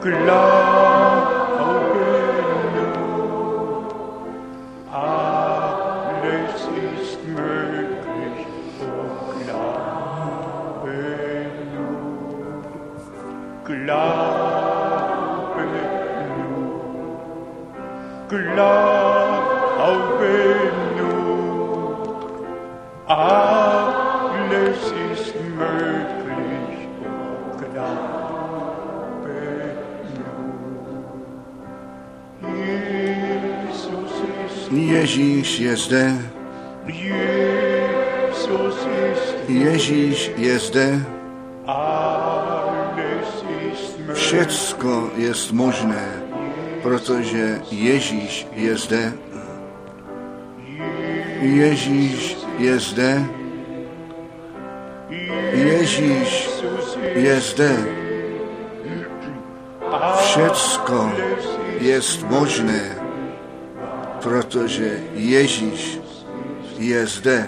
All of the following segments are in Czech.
Ježíš je zde. Ježíš je zde. Všecko je možné, protože Ježíš je zde. Ježíš je zde. Ježíš je zde. Všecko je možné, protože Ježíš je zde.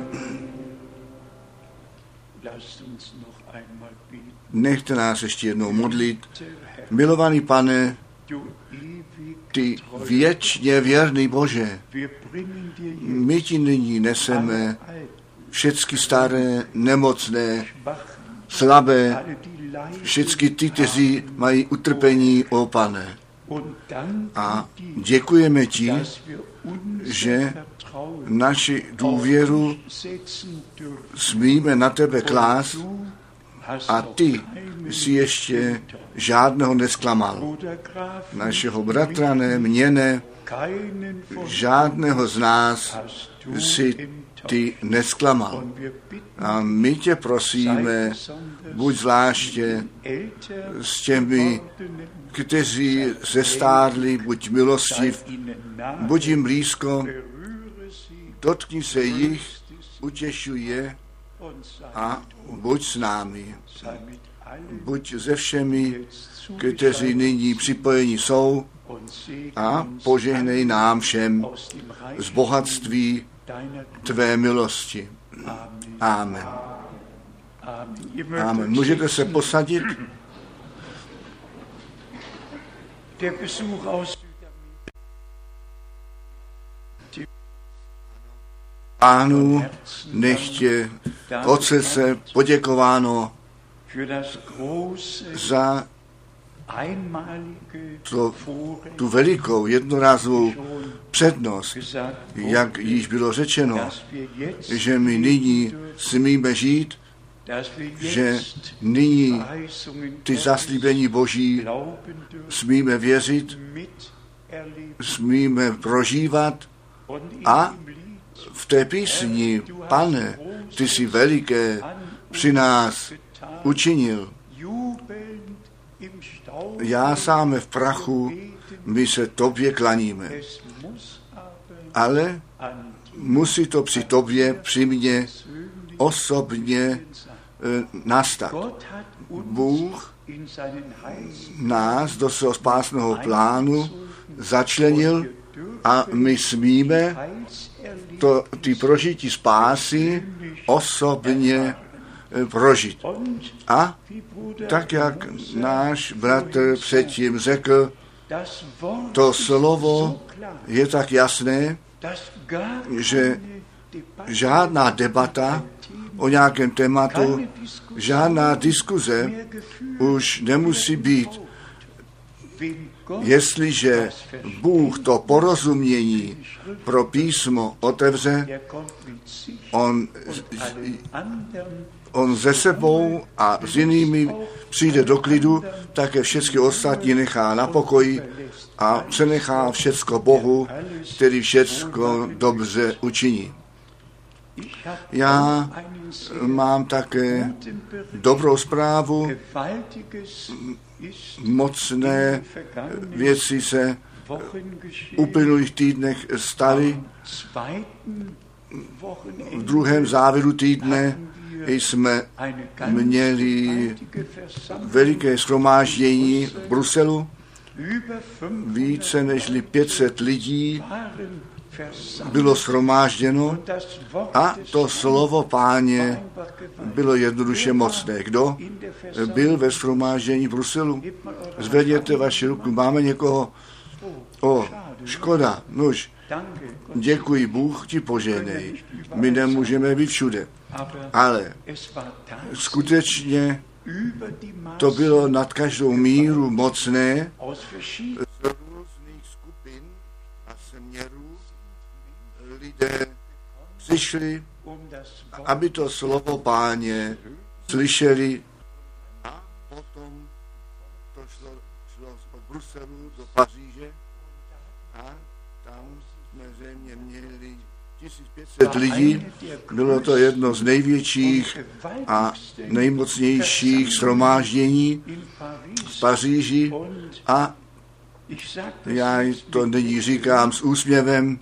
Nechte nás ještě jednou modlit. Milovaný Pane, ty věčně věrný Bože, my ti nyní neseme všechny staré, nemocné, slabé, všechny ty, kteří mají utrpení, o Pane. A děkujeme ti, že naši důvěru smíme na tebe klást a ty jsi ještě žádného nesklamal. Našeho bratra ne, mě ne, žádného z nás si ty nesklamal. A my tě prosíme, buď zvláště s těmi, kteří zestárli, buď milostiv, buď jim blízko, dotkni se jich, utěšuj je a buď s námi. Buď se všemi, kteří nyní připojeni jsou a požehnej nám všem z bohatství tvé milosti. Amen. Amen. Můžete se posadit? Pánu, nechtě od srdce poděkováno za tu velikou jednorázovou přednost, jak již bylo řečeno, že my nyní smíme žít, že nyní ty zaslíbení Boží smíme věřit, smíme prožívat a v té písni, Pane, ty jsi veliké při nás učinil. Já sám v prachu, my se tobě klaníme. Ale musí to při tobě, při mně osobně nastat. Bůh nás do svého spásného plánu začlenil a my smíme ty prožití spásy osobně prožít. A tak, jak náš bratr předtím řekl, to slovo je tak jasné, že žádná debata o nějakém tématu, žádná diskuze už nemusí být. Jestliže Bůh to porozumění pro písmo otevře, on ze sebou a s jinými přijde do klidu, také všechny ostatní nechá na pokoji a přenechá všecko Bohu, který všecko dobře učiní. Já mám také dobrou zprávu. Mocné věci se v uplynulých týdnech staly. V druhém závěru týdne jsme měli veliké shromáždění v Bruselu. Více než 500 lidí bylo shromážděno a to slovo Páně bylo jednoduše mocné. Kdo byl ve shromáždění v Bruselu? Zvedněte vaši ruku. Máme někoho? Škoda. Nuž, děkuji, Bůh ti požehnej. My nemůžeme být všude. Ale skutečně to bylo nad každou míru mocné. Z různých skupin a směrů lidé přišli, aby to slovo Páně slyšeli, a potom to šlo od Bruselu do Paříže a tam jsme zřejmě měli 1500 lidí. Bylo to jedno z největších a nejmocnějších shromáždění v Paříži a já to nyní říkám s úsměvem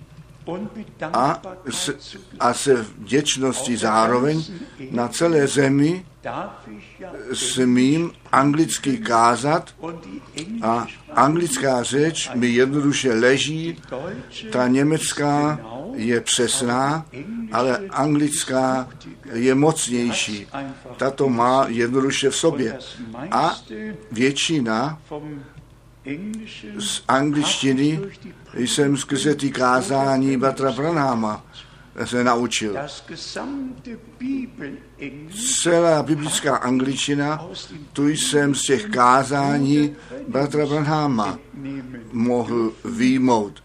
a se vděčností zároveň na celé zemi smím anglicky kázat a anglická řeč mi jednoduše leží, ta německá je přesná, ale anglická je mocnější. Tato má jednoduše v sobě. A většina z angličtiny jsem skrze ty kázání bratra Branhama se naučil. Celá biblická angličtina, tu jsem z těch kázání bratra Branhama mohl výjmout,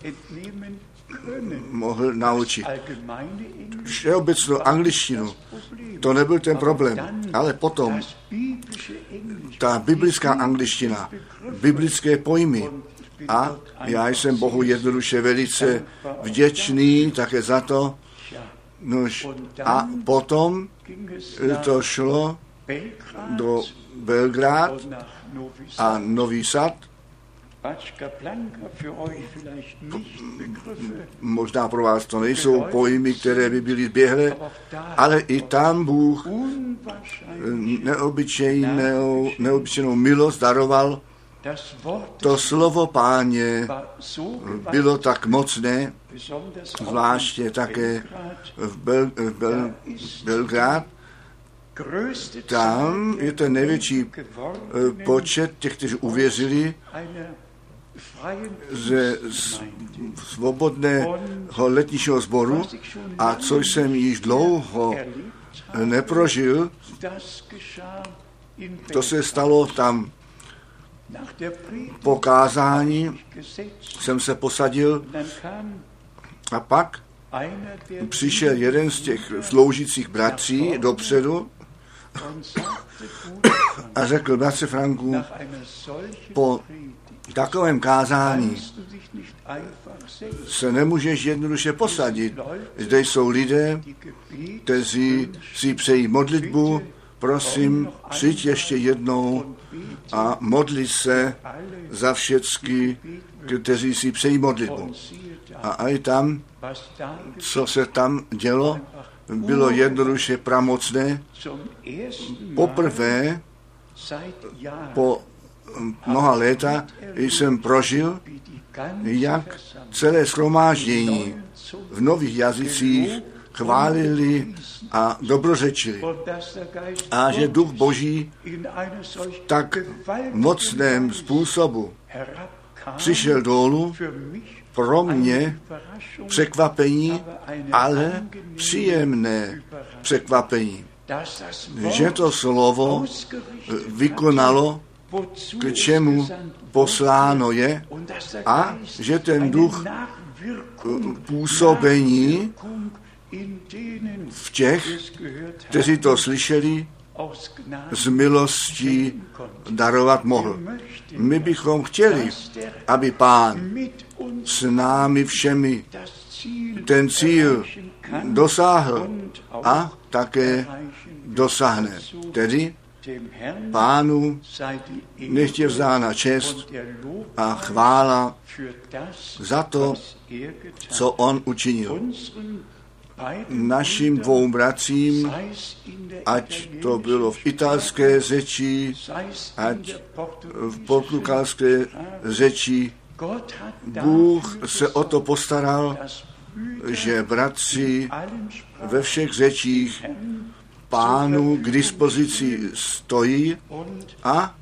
mohl naučit. Všeobecnou angličtinu, to nebyl ten problém, ale potom ta biblická angličtina, biblické pojmy, a já jsem Bohu jednoduše velice vděčný také za to. Nož, a potom to šlo do Belgrad a Nový Sad. Možná pro vás to nejsou pojmy, které by byly zběhlé, ale i tam Bůh neobyčejnou milost daroval. To slovo Páně bylo tak mocné, zvláště také v Belgrad. Tam je ten největší počet těch, kteří uvěřili ze svobodného letničního sboru, a co jsem již dlouho neprožil, to se stalo tam. Po kázání jsem se posadil a pak přišel jeden z těch sloužících bratří dopředu a řekl: bratře Franku, po takovém kázání se nemůžeš jednoduše posadit. Zde jsou lidé, kteří si přejí modlitbu. Prosím, přijď ještě jednou a modli se za všecky, kteří si přejí modlitbu. A i tam, co se tam dělo, bylo jednoduše pramocné. Poprvé po mnoha léta jsem prožil, jak celé shromáždění v nových jazycích chválili a dobrořečili. A že Duch Boží v tak mocném způsobu přišel dolů, pro mě překvapení, ale příjemné překvapení. Že to slovo vykonalo, k čemu posláno je, a že ten duch působení v těch, kteří to slyšeli, z milostí darovat mohl. My bychom chtěli, aby Pán s námi všemi ten cíl dosáhl a také dosáhne. Tedy Pánu nechť je vzána čest a chvála za to, co on učinil. Našim dvou bratřím, ať to bylo v italské řeči, ať v portugalské řeči, Bůh se o to postaral, že bratři ve všech řečích Pánu k dispozici stojí a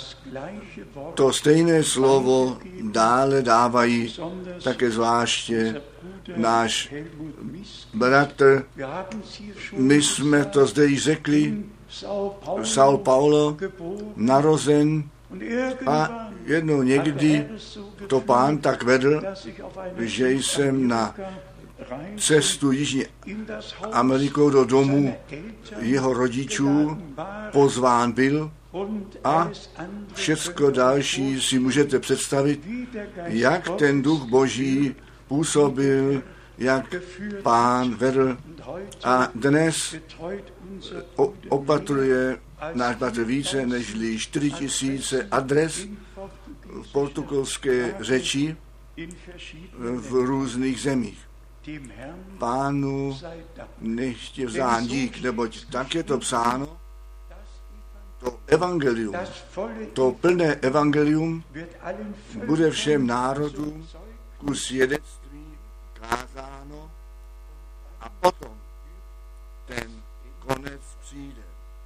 to stejné slovo dále dávají také zvláště náš bratr. My jsme to zde již řekli, São Paulo, narozen a jednou někdy to Pán tak vedl, že jsem na cestu Jižní Amerikou do domu jeho rodičů pozván byl a všecko další si můžete představit, jak ten Duch Boží působil, jak Pán vedl a dnes opatruje náš bratr více než 4 000 adres v portugalské řeči v různých zemích. Pánu nechtě vzdán dík, neboť tak je to psáno, to evangelium, to plné evangelium bude všem národům ku svědectví kázáno a potom ten konec přijde.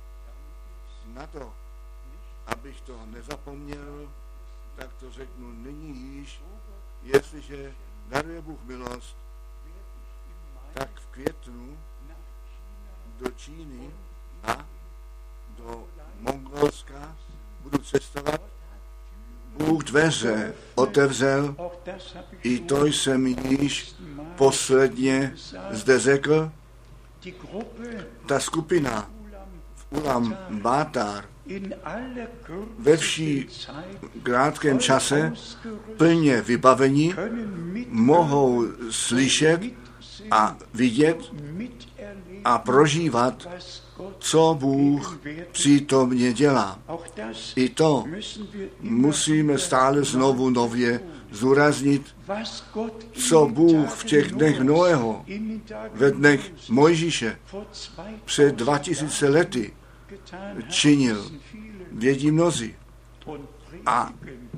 Na to, abych to nezapomněl, tak to řeknu nyní již, jestliže daruje Bůh milost, tak v květnu do Číny a do Mongolska budu cestovat. Bůh dveře otevřel, i to jsem již posledně zde řekl. Ta skupina v Ulam Batar ve vší krátkém čase plně vybavení mohou slyšet a vidět a prožívat, co Bůh přítomně dělá. I to musíme stále znovu nově zdůraznit, co Bůh v těch dnech Noého, ve dnech Mojžíše před 2000 lety činil, vědí mnozí. A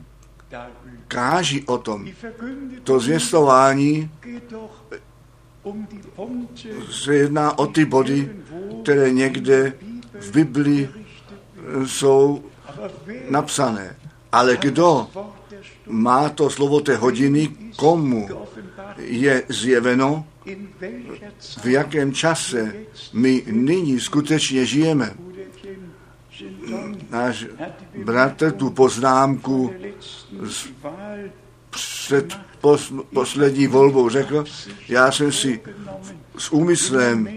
káží o tom. To zvěstování se jedná o ty body, které někde v Biblii jsou napsané. Ale kdo má to slovo té hodiny, komu je zjeveno, v jakém čase my nyní skutečně žijeme. Náš bratr tu poznámku před poslední volbou řekl, já jsem si s úmyslem,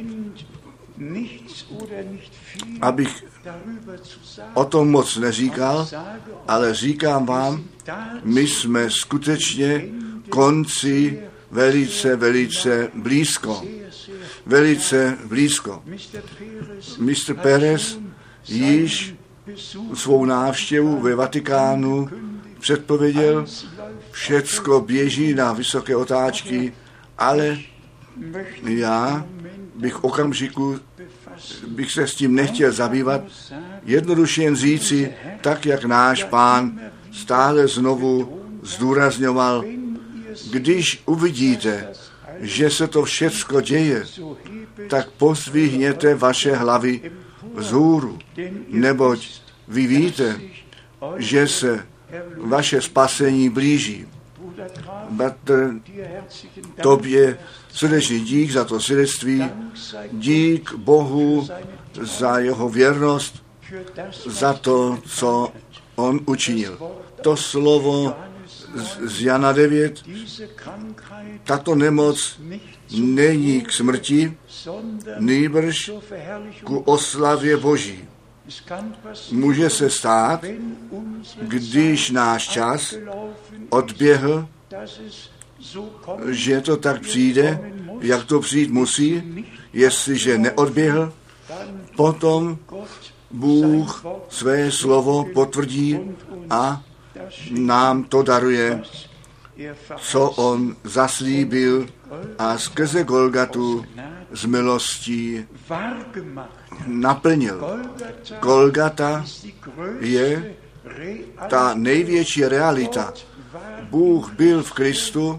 abych o tom moc neříkal, ale říkám vám, my jsme skutečně konci velice blízko. Velice blízko. Mr. Pérez již svou návštěvu ve Vatikánu předpověděl, všecko běží na vysoké otáčky, ale já bych okamžiku bych se s tím nechtěl zabývat, jednoduše jen říci, tak jak náš Pán stále znovu zdůrazňoval, když uvidíte, že se to všecko děje, tak pozdvihněte vaše hlavy vzhůru, neboť vy víte, že se vaše spasení blíží. Bratr, tobě srdečný dík za to svědectví, dík Bohu za jeho věrnost, za to, co on učinil. To slovo z Jana 9, tato nemoc není k smrti, nýbrž ku oslavě Boží. Může se stát, když náš čas odběhl, že to tak přijde, jak to přijít musí, jestliže neodběhl, potom Bůh své slovo potvrdí a nám to daruje, co on zaslíbil a skrze Golgatu z milostí naplnil. Golgata je ta největší realita. Bůh byl v Kristu,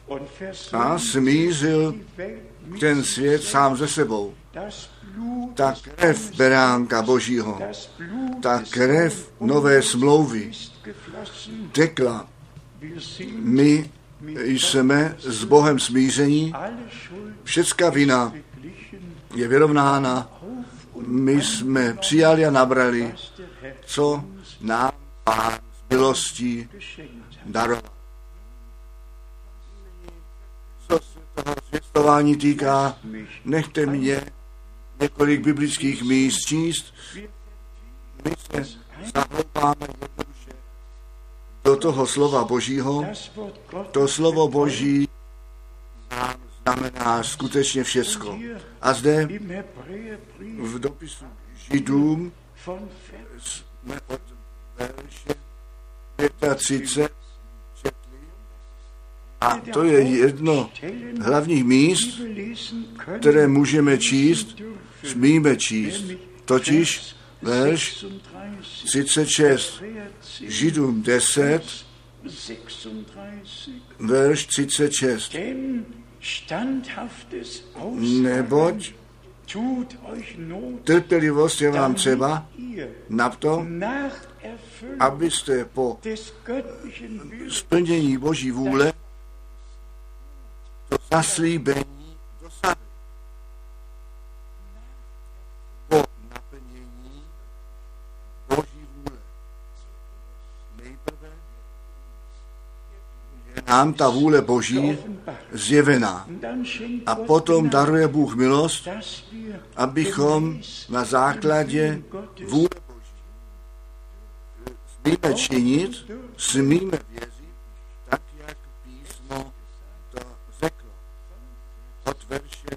a smířil ten svět sám ze sebou. Ta krev beránka Božího, ta krev nové smlouvy tekla. My jsme s Bohem smíření, všecká vina je vyrovnána, my jsme přijali a nabrali, co nám Pán z milostí daroval. Co se toho zvěstování týká, nechte mě několik biblických míst číst. My se zahloubáme jednoduše do toho slova Božího. To slovo Boží nám znamená skutečně všecko. A zde v dopisu Židům jsme od verše 35 četli. A to je jedno hlavních míst, které můžeme číst, smíme číst. Totiž verš 36, Židům 10, verš 36. Neboť trpělivost je vám třeba na to, abyste po splnění Boží vůle to zaslíbení dosáhli. Po naplnění Boží vůle. Nejprve je nám ta vůle Boží zjevená. A potom daruje Bůh milost, abychom na základě vůle Boží smíme činit, smíme věřit, tak jak písmo to řeklo. Od verše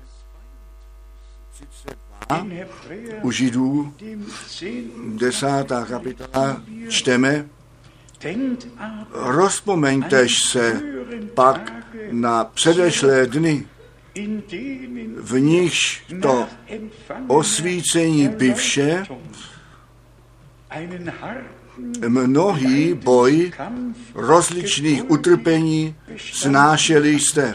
32 u Židů 10. kapitola čteme: Rozpomeňtež se pak na předešlé dny, v nichž to osvícení bivše, mnohý boj rozličných utrpení snášeli jste.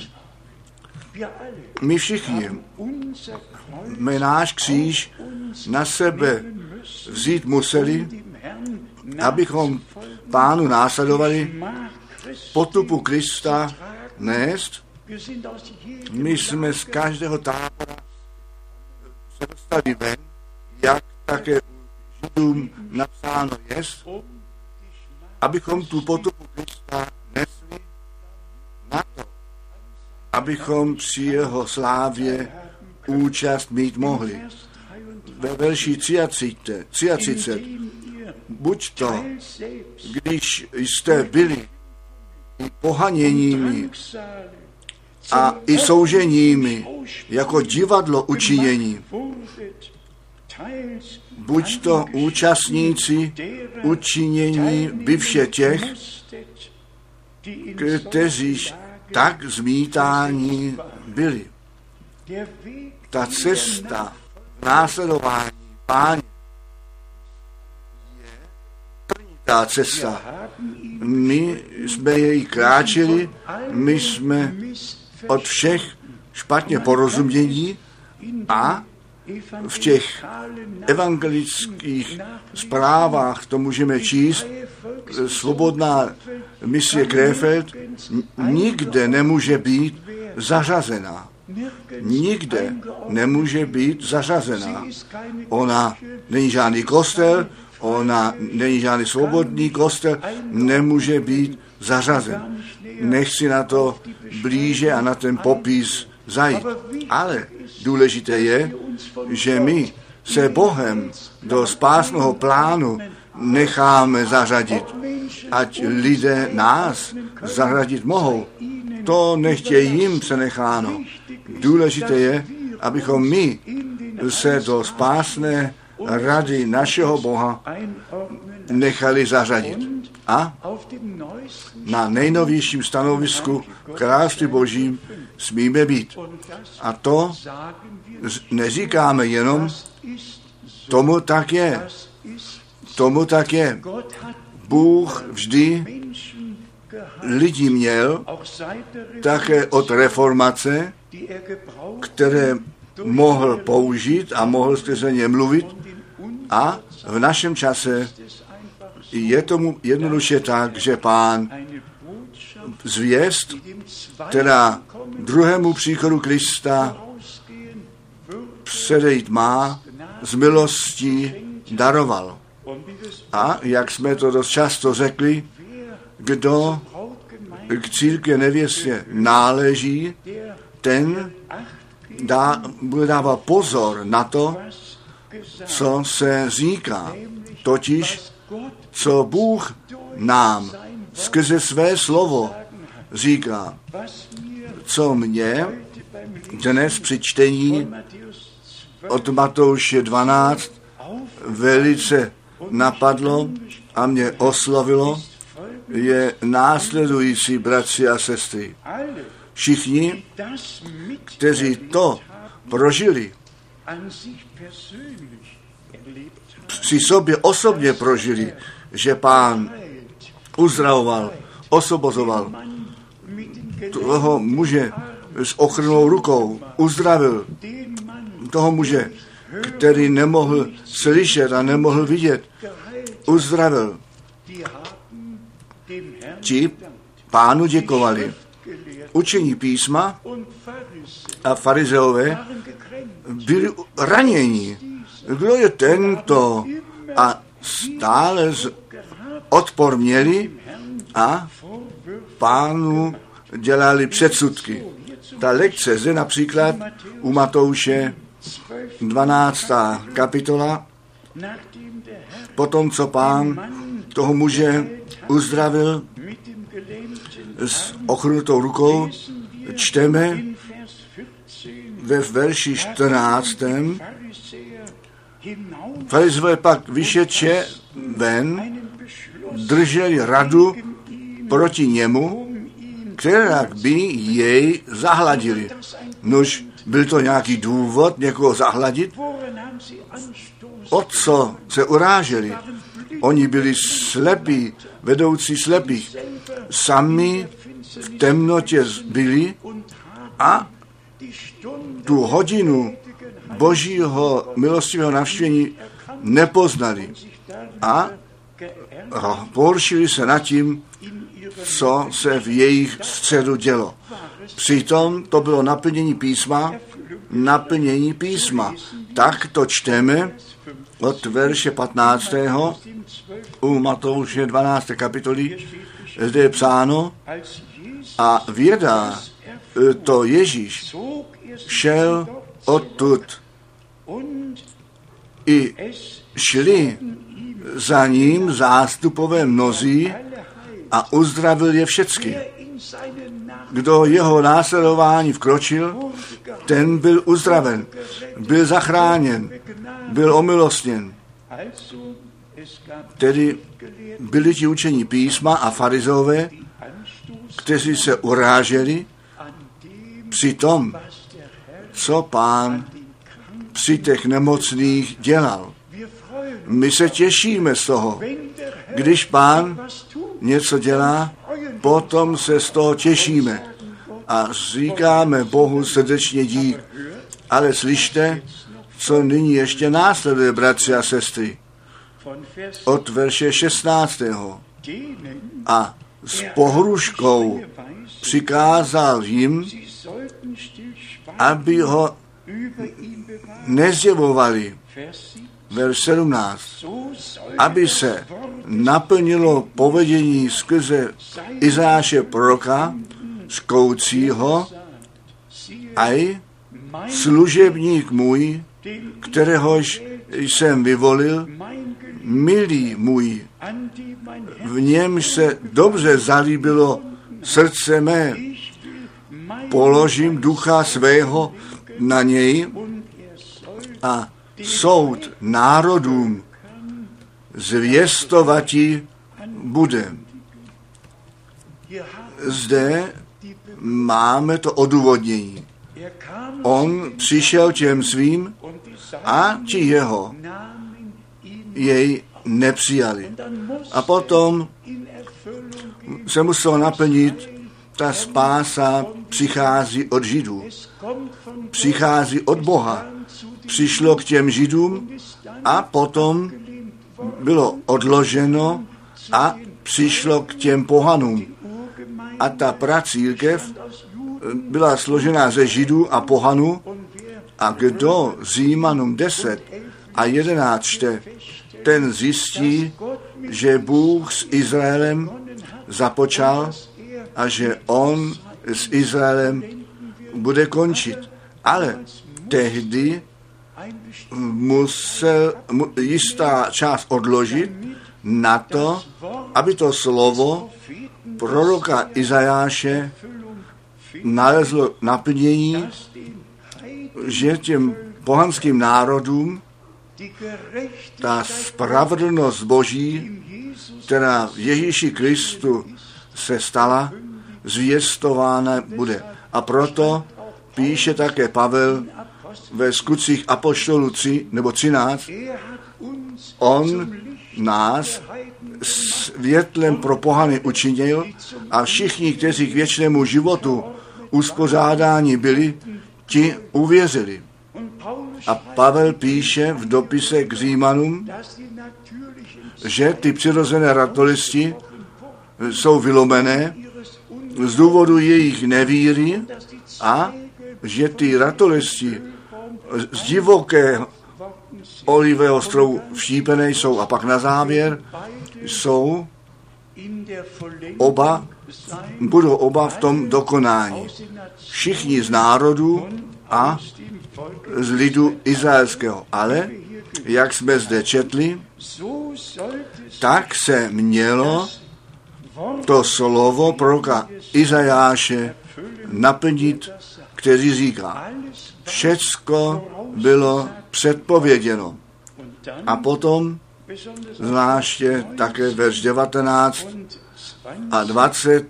My všichni jsme náš kříž na sebe vzít museli, abychom Pánu následovali, potupu Krista nést. My jsme z každého tábora se dostali ven, jak také Židům napsáno jest, abychom tu potupu Krista nesli na to, abychom při jeho slávě účast mít mohli. Ve verši 33, buď to, když jste byli i pohaněními a i souženími jako divadlo učinění, buď to účastníci učinění bivše těch, kteří tak zmítáni byli. Ta cesta následování Páně je trnitá cesta. My jsme jej kráčeli, my jsme od všech špatně porozumění a v těch evangelických zprávách to můžeme číst, svobodná misie Krefeld nikde nemůže být zařazená. Nikde nemůže být zařazená. Ona není žádný kostel, ona není žádný svobodný kostel, nemůže být zařazen. Nechci na to blíže a na ten popis zajít. Ale důležité je, že my se Bohem do spásného plánu necháme zařadit. Ať lidé nás zařadit mohou, to nechtějí jim přenecháno. Důležité je, abychom my se do spásné rady našeho Boha nechali zařadit. A na nejnovějším stanovisku v království Božím smíme být. A to neříkáme jenom, tomu tak je. Tomu tak je. Bůh vždy lidí měl, také od reformace, které mohl použít a mohl skrze ně mluvit. A v našem čase je tomu jednoduše tak, že Pán zvěst, která druhému příchodu Krista předejít má, z milostí daroval. A jak jsme to dost často řekli, kdo k církvi nevěstě náleží, ten bude dávat pozor na to, co se říká. Totiž, co Bůh nám skrze své slovo říká, co mě dnes při čtení od Matouše 12 velice napadlo a mě oslovilo, je následující, bratři a sestry. Všichni, kteří to prožili, si sobě osobně prožili, že Pán uzdravoval, osvobozoval toho muže s ochrnou rukou, uzdravil toho muže, který nemohl slyšet a nemohl vidět, uzdravil. Ti Pánu děkovali. Učení písma a farizeové byli raněni. Kdo je tento? A stále odpor měli a Pánu dělali předsudky. Ta lekce zde například u Matouše 12. kapitola, potom co Pán toho muže uzdravil s ochrnutou rukou, čteme ve verši 14. Farizeové pak vyšetře ven, drželi radu proti němu, která by jej zahladili. Nož byl to nějaký důvod někoho zahladit? O co se uráželi? Oni byli slepí, vedoucí slepých. Sami v temnotě byli a tu hodinu Božího milostivého navštění nepoznali. A pohoršili se nad tím, co se v jejich středu dělo. Přitom to bylo naplnění písma. Tak to čteme od verše 15. u Matouše 12. kapitoly, zde je psáno, a vědá to Ježíš šel odtud i šli za ním zástupové mnozí a uzdravil je všecky. Kdo jeho následování vkročil, ten byl uzdraven, byl zachráněn, byl omilostněn. Tedy byli ti učení písma a farizové, kteří se uráželi při tom, co Pán při těch nemocných dělal. My se těšíme z toho. Když Pán něco dělá, potom se z toho těšíme a říkáme Bohu srdečně dík. Ale slyšte, co nyní ještě následuje, bratři a sestry. Od verše 16. A s pohruškou přikázal jim, aby ho nezjevovali. Verš 17. Aby se naplnilo povedení skrze Izáše proroka, zkoucího, aj služebník můj, kteréhož jsem vyvolil, milý můj, v němž se dobře zalíbilo srdce mé, položím ducha svého na něj a soud národům zvěstovati bude. Zde máme to odůvodnění. On přišel těm svým a ti jeho jej nepřijali. A potom se muselo naplnit, ta spása přichází od Židů. Přichází od Boha. Přišlo k těm Židům a potom bylo odloženo a přišlo k těm pohanům. A ta pracírkev byla složená ze Židů a pohanů. A kdo Římanům 10 a 11 čte, ten zjistí, že Bůh s Izraelem započal a že on s Izraelem bude končit. Ale tehdy musel jistá část odložit na to, aby to slovo proroka Izajáše nalezlo naplnění, že těm pohanským národům ta spravedlnost Boží, která v Ježíši Kristu se stala, zvěstována bude. A proto píše také Pavel ve Skutcích apoštolů 3 nebo 13, on nás světlem pro pohany učinil a všichni, kteří k věčnému životu uspořádání byli, ti uvěřili. A Pavel píše v dopise k Římanům, že ty přirozené ratolisti jsou vylomené z důvodu jejich nevíry a že ty ratolisti z divokého olivového stromu vštípené jsou a pak na závěr budou oba v tom dokonání. Všichni z národů a z lidu izraelského. Ale, jak jsme zde četli, tak se mělo to slovo proroka Izajáše naplnit, který říká, všecko bylo předpověděno. A potom, zvláště také verš 19 a 20,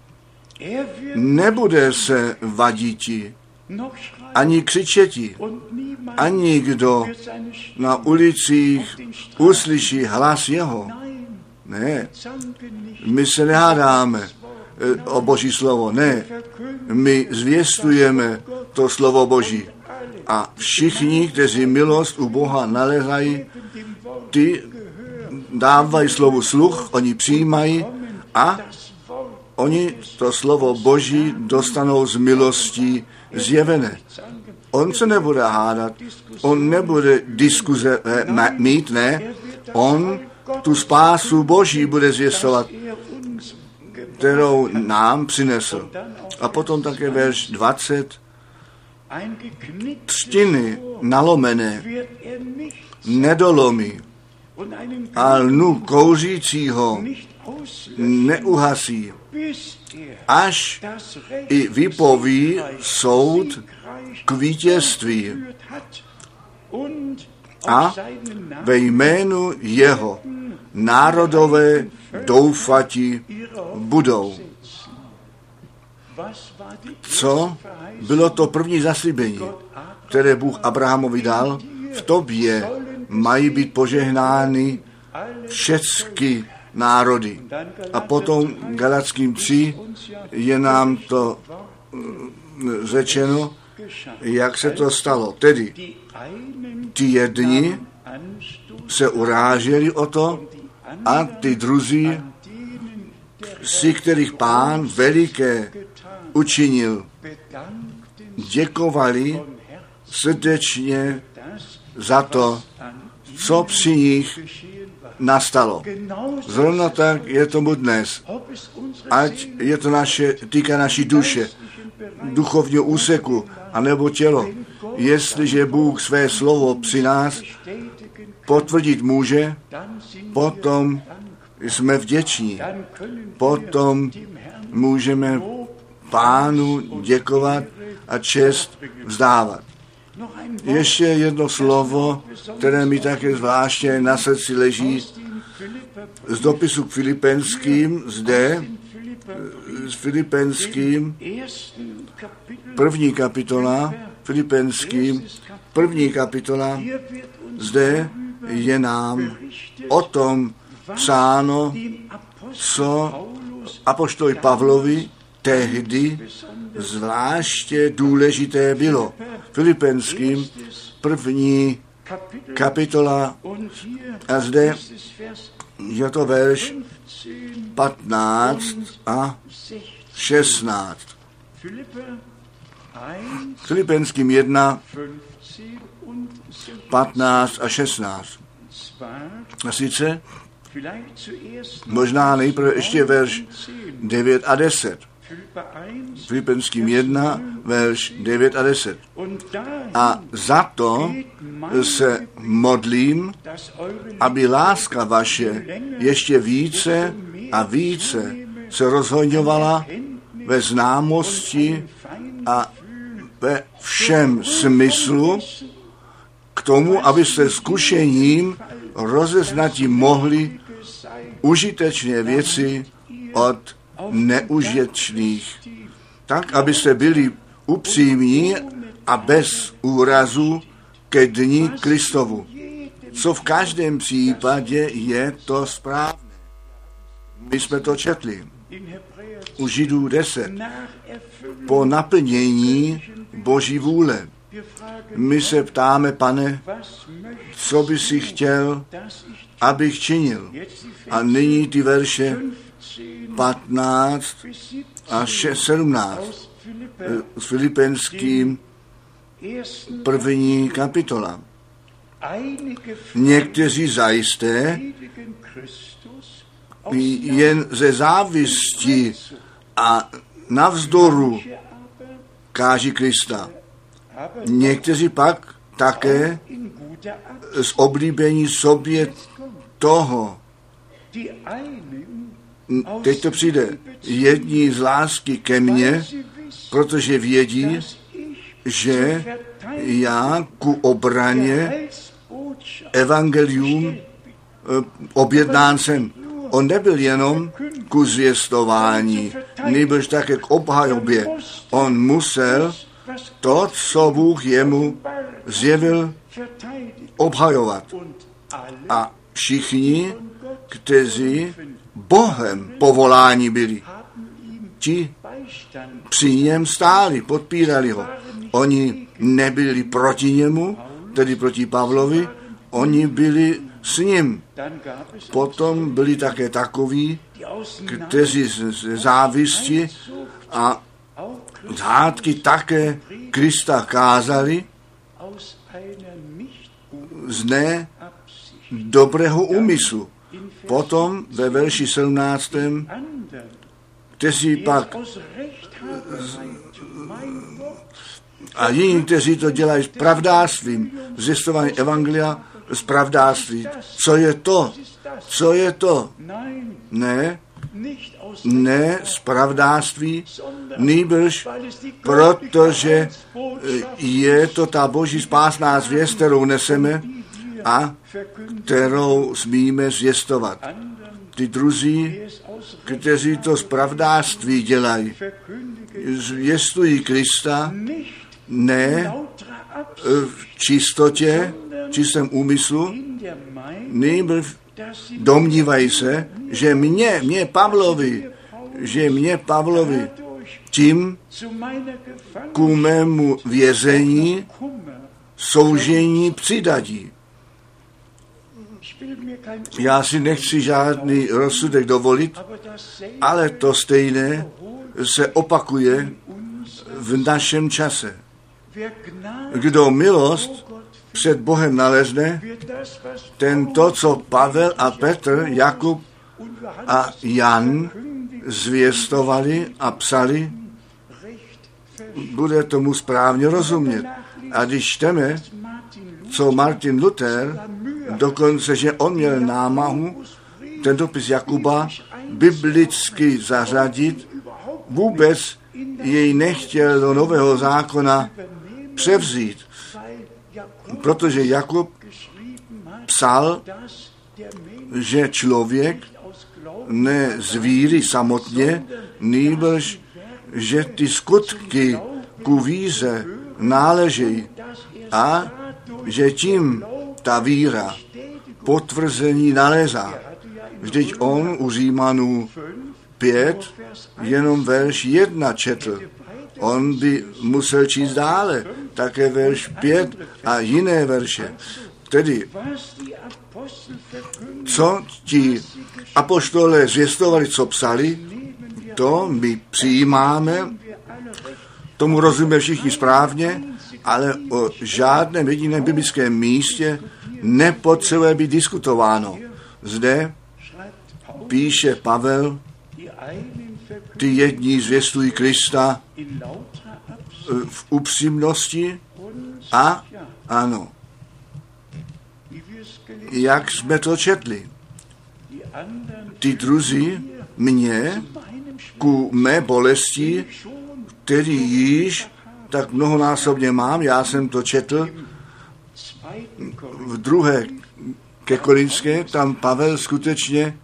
nebude se vadíti, ani křičeti, ani kdo na ulicích uslyší hlas jeho. Ne, my se nehádáme o Boží slovo, ne, my zvěstujeme to slovo Boží. A všichni, kteří milost u Boha nalezají, ty dávají slovu sluch, oni přijímají a oni to slovo Boží dostanou z milostí zjevené. On se nebude hádat, on nebude diskuze mít, ne, on tu spásu Boží bude zvěstovat, kterou nám přinesl. A potom také verš 20, třtiny nalomené nedolomí a lnu kouřícího neuhasí, až i vypoví soud k vítězství a ve jménu jeho národové doufati budou. Co bylo to první zaslíbení, které Bůh Abrahamovi dal? V tobě mají být požehnány všechny národy. A potom Galackým 3 je nám to řečeno, jak se to stalo. Tedy ty jedni se uráželi o to a ty druzí, si kterých Pán veliké učinil, děkovali srdečně za to, co při nich nastalo. Zrovna tak je tomu dnes. Ať je to týká naší duše, duchovního úseku, anebo tělo. Jestliže Bůh své slovo při nás potvrdit může, potom jsme vděční. Potom můžeme Pánu děkovat a čest vzdávat. Ještě jedno slovo, které mi také zvláště na srdci leží, z dopisu k Filipenským, zde, s Filipenským, první kapitola, Filipenským, první kapitola, zde je nám o tom psáno, co apoštoli Pavlovi tehdy zvláště důležité bylo. Filipenským 1. kapitola a zde je to verš 15 a 16. Filipenským 1, 15 a 16. A sice možná nejprve ještě verš 9 a 10. Filipenským 1, verš 9 a 10. A za to se modlím, aby láska vaše ještě více a více se rozhoňovala ve známosti a ve všem smyslu k tomu, abyste zkušením rozeznati mohli užitečné věci od neužitečných, tak, abyste byli upřímní a bez úrazu ke dni Kristovu. Co v každém případě je to správné. My jsme to četli u Židů 10. Po naplnění Boží vůle. My se ptáme, Pane, co by si chtěl, abych činil. A nyní ty verše 15 a 17 s Filipenským 1. kapitola. Někteří zajisté jen ze závisti a navzdoru káží Krista. Někteří pak také z oblíbení sobě toho. Teď to přijde. Jedni z lásky ke mně, protože vědí, že já ku obraně evangelium objednán jsem. On nebyl jenom ku zvěstování, nýbrž také k obhajobě. On musel to, co Bůh jemu zjevil, obhajovat. A všichni, kteří Bohem povoláni byli, ti při něm stáli, podpírali ho. Oni nebyli proti němu, tedy proti Pavlovi, oni byli s ním. Potom byli také takoví, kteří z závisti a z hádky také Krista kázali z ne dobrého úmyslu. Potom ve verši 17. kteří pak a jiní, kteří to dělají s pravdářstvím, zjistování evangelia s pravdářství. Co je to? Co je to? Ne z pravdářství, nýbrž, protože je to ta boží spásná zvěst, kterou neseme a kterou smíme zvěstovat. Ty druzí, kteří to z pravdářství dělají, zvěstují Krista ne v čistotě, čistém úmyslu, nýbrž domnívají se, že mě Pavlovi tím ku mému vězení soužení přidadí. Já si nechci žádný rozsudek dovolit, ale to stejné se opakuje v našem čase. Kdo milost před Bohem nalezne, ten to, co Pavel a Petr, Jakub a Jan zvěstovali a psali, bude tomu správně rozumět. A když čteme, co Martin Luther, dokonce, že on měl námahu, ten dopis Jakuba, biblicky zařadit, vůbec jej nechtěl do Nového zákona převzít, protože Jakub psal, že člověk ne z víry samotně, nýbrž, že ty skutky ku víře náležejí a že tím ta víra potvrzení nalézá. Vždyť on u Římanů 5 jenom verš 1 četl. On by musel číst dále, také verš 5 a jiné verše. Tedy, co ti apoštolé zvěstovali, co psali, to my přijímáme, tomu rozumíme všichni správně, ale o žádném jediném biblickém místě nepotřebuje být diskutováno. Zde píše Pavel, ty jedni zvěstují Krista v upřímnosti a ano, jak jsme to četli. Ty druzí mě ku mé bolesti, který již tak mnohonásobně mám, já jsem to četl v 2. ke Korinské, tam Pavel skutečně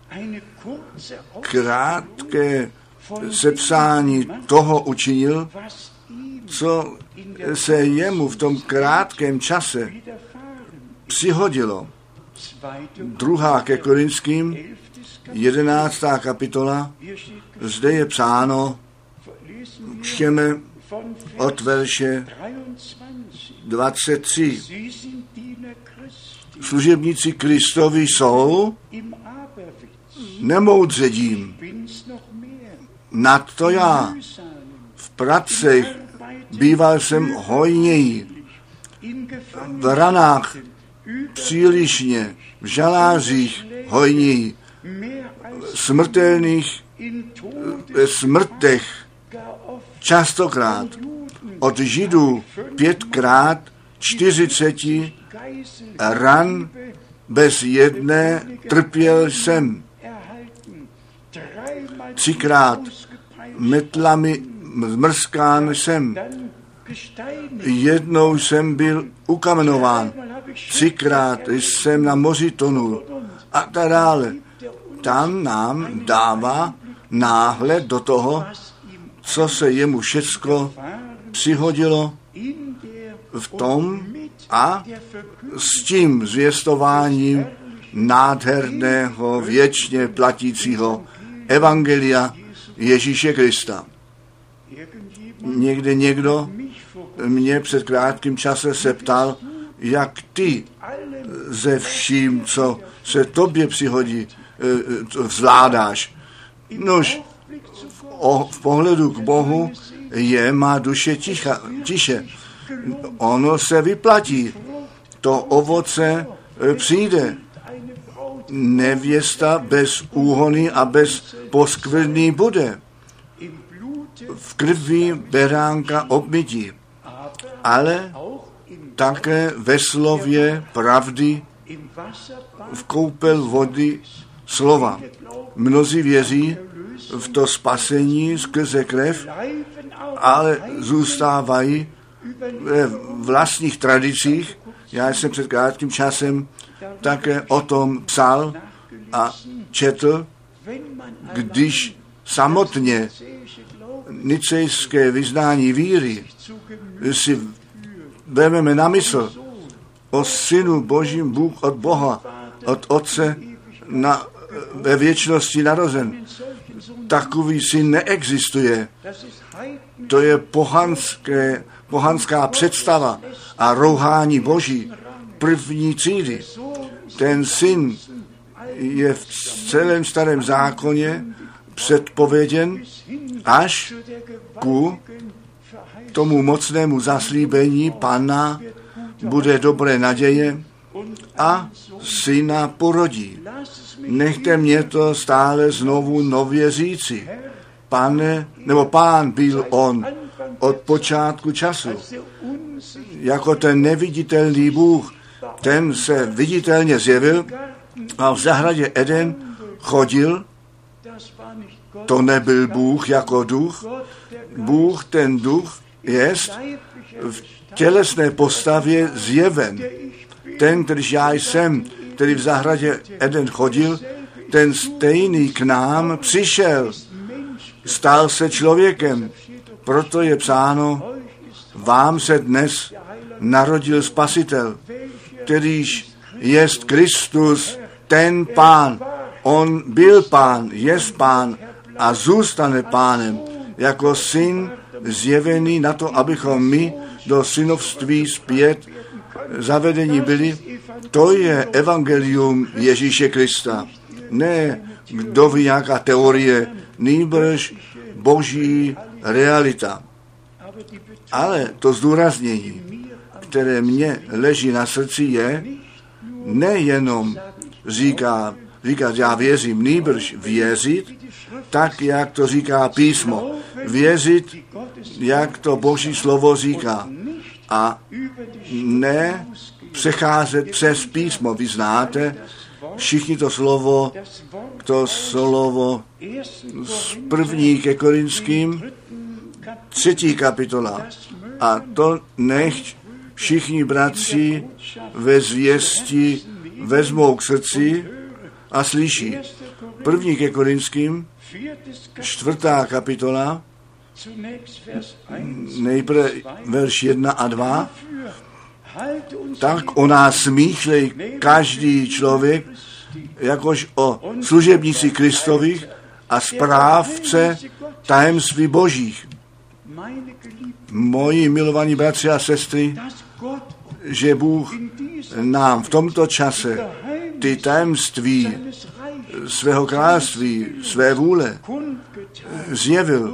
krátké sepsání toho učinil, co se jemu v tom krátkém čase přihodilo. 2. ke Korinským, 11. kapitola, zde je psáno, čteme od verše 23. Služebníci Kristovi jsou nemoudředím. Nadto já v pracech býval jsem hojněji, v ranách přílišně, v žalářích hojněji, smrtelných smrtech častokrát, od Židů 5krát 40 ran bez jedné trpěl jsem. 3krát metlami zmrskán jsem. Jednou jsem byl ukamenován. 3krát jsem na moři tonul. A tak dále. Tam nám dává náhled do toho, co se jemu všecko přihodilo v tom a s tím zvěstováním nádherného, věčně platícího evangelia Ježíše Krista. Někdo mě před krátkým časem se ptal, jak ty ze vším, co se tobě přihodí, zvládáš. Nož, v pohledu k Bohu je má duše tiše. Ono se vyplatí. To ovoce přijde. Nevěsta bez úhony a bez poskvrny bude. V krvi beránka obmytí, ale také ve slově pravdy, v koupel vody slova. Mnozí věří v to spasení skrze krev, ale zůstávají ve vlastních tradicích. Já jsem před krátkým časem také o tom psal a četl, když samotně nicejské vyznání víry si vezmeme na mysl o Synu Božím, Bůh od Boha, od Otce ve věčnosti narozen. Takový syn neexistuje. To je pohanská představa a rouhání Boží první třídy. Ten syn je v celém starém zákoně předpověděn až ku tomu mocnému zaslíbení Pana bude dobré naděje a syna porodí. Nechte mě to stále znovu nově říci. Pán byl on od počátku času. Jako ten neviditelný Bůh, ten se viditelně zjevil a v zahradě Eden chodil. To nebyl Bůh jako duch. Bůh, ten duch, jest v tělesné postavě zjeven. Ten, kterýž já jsem, který v zahradě Eden chodil, ten stejný k nám přišel. Stal se člověkem. Proto je psáno, vám se dnes narodil Spasitel, kterýž jest Kristus, ten Pán. On byl Pán, jest Pán a zůstane pánem, jako syn zjevený na to, abychom my do synovství zpět zavedení byli. To je evangelium Ježíše Krista. Ne kdo ví nějaká teorie, nýbrž boží realita. Ale to zdůraznění, které mně leží na srdci, je nejenom říkat, já věřím, nýbrž věřit, tak, jak to říká písmo. Věřit, jak to boží slovo říká. A ne přecházet přes písmo. Vy znáte všichni to slovo z 1. ke Korinským, 3. kapitola. A to nechť všichni bratři ve zvěsti vezmou k srdci a slyší. 1. ke Korinským, 4. kapitola, nejprve verš 1 a 2. Tak o nás smýšlej každý člověk, jakož o služebníci Kristových a správce tajemství božích. Moji milovaní bratři a sestry, že Bůh nám v tomto čase ty tajemství svého království, své vůle zjevil,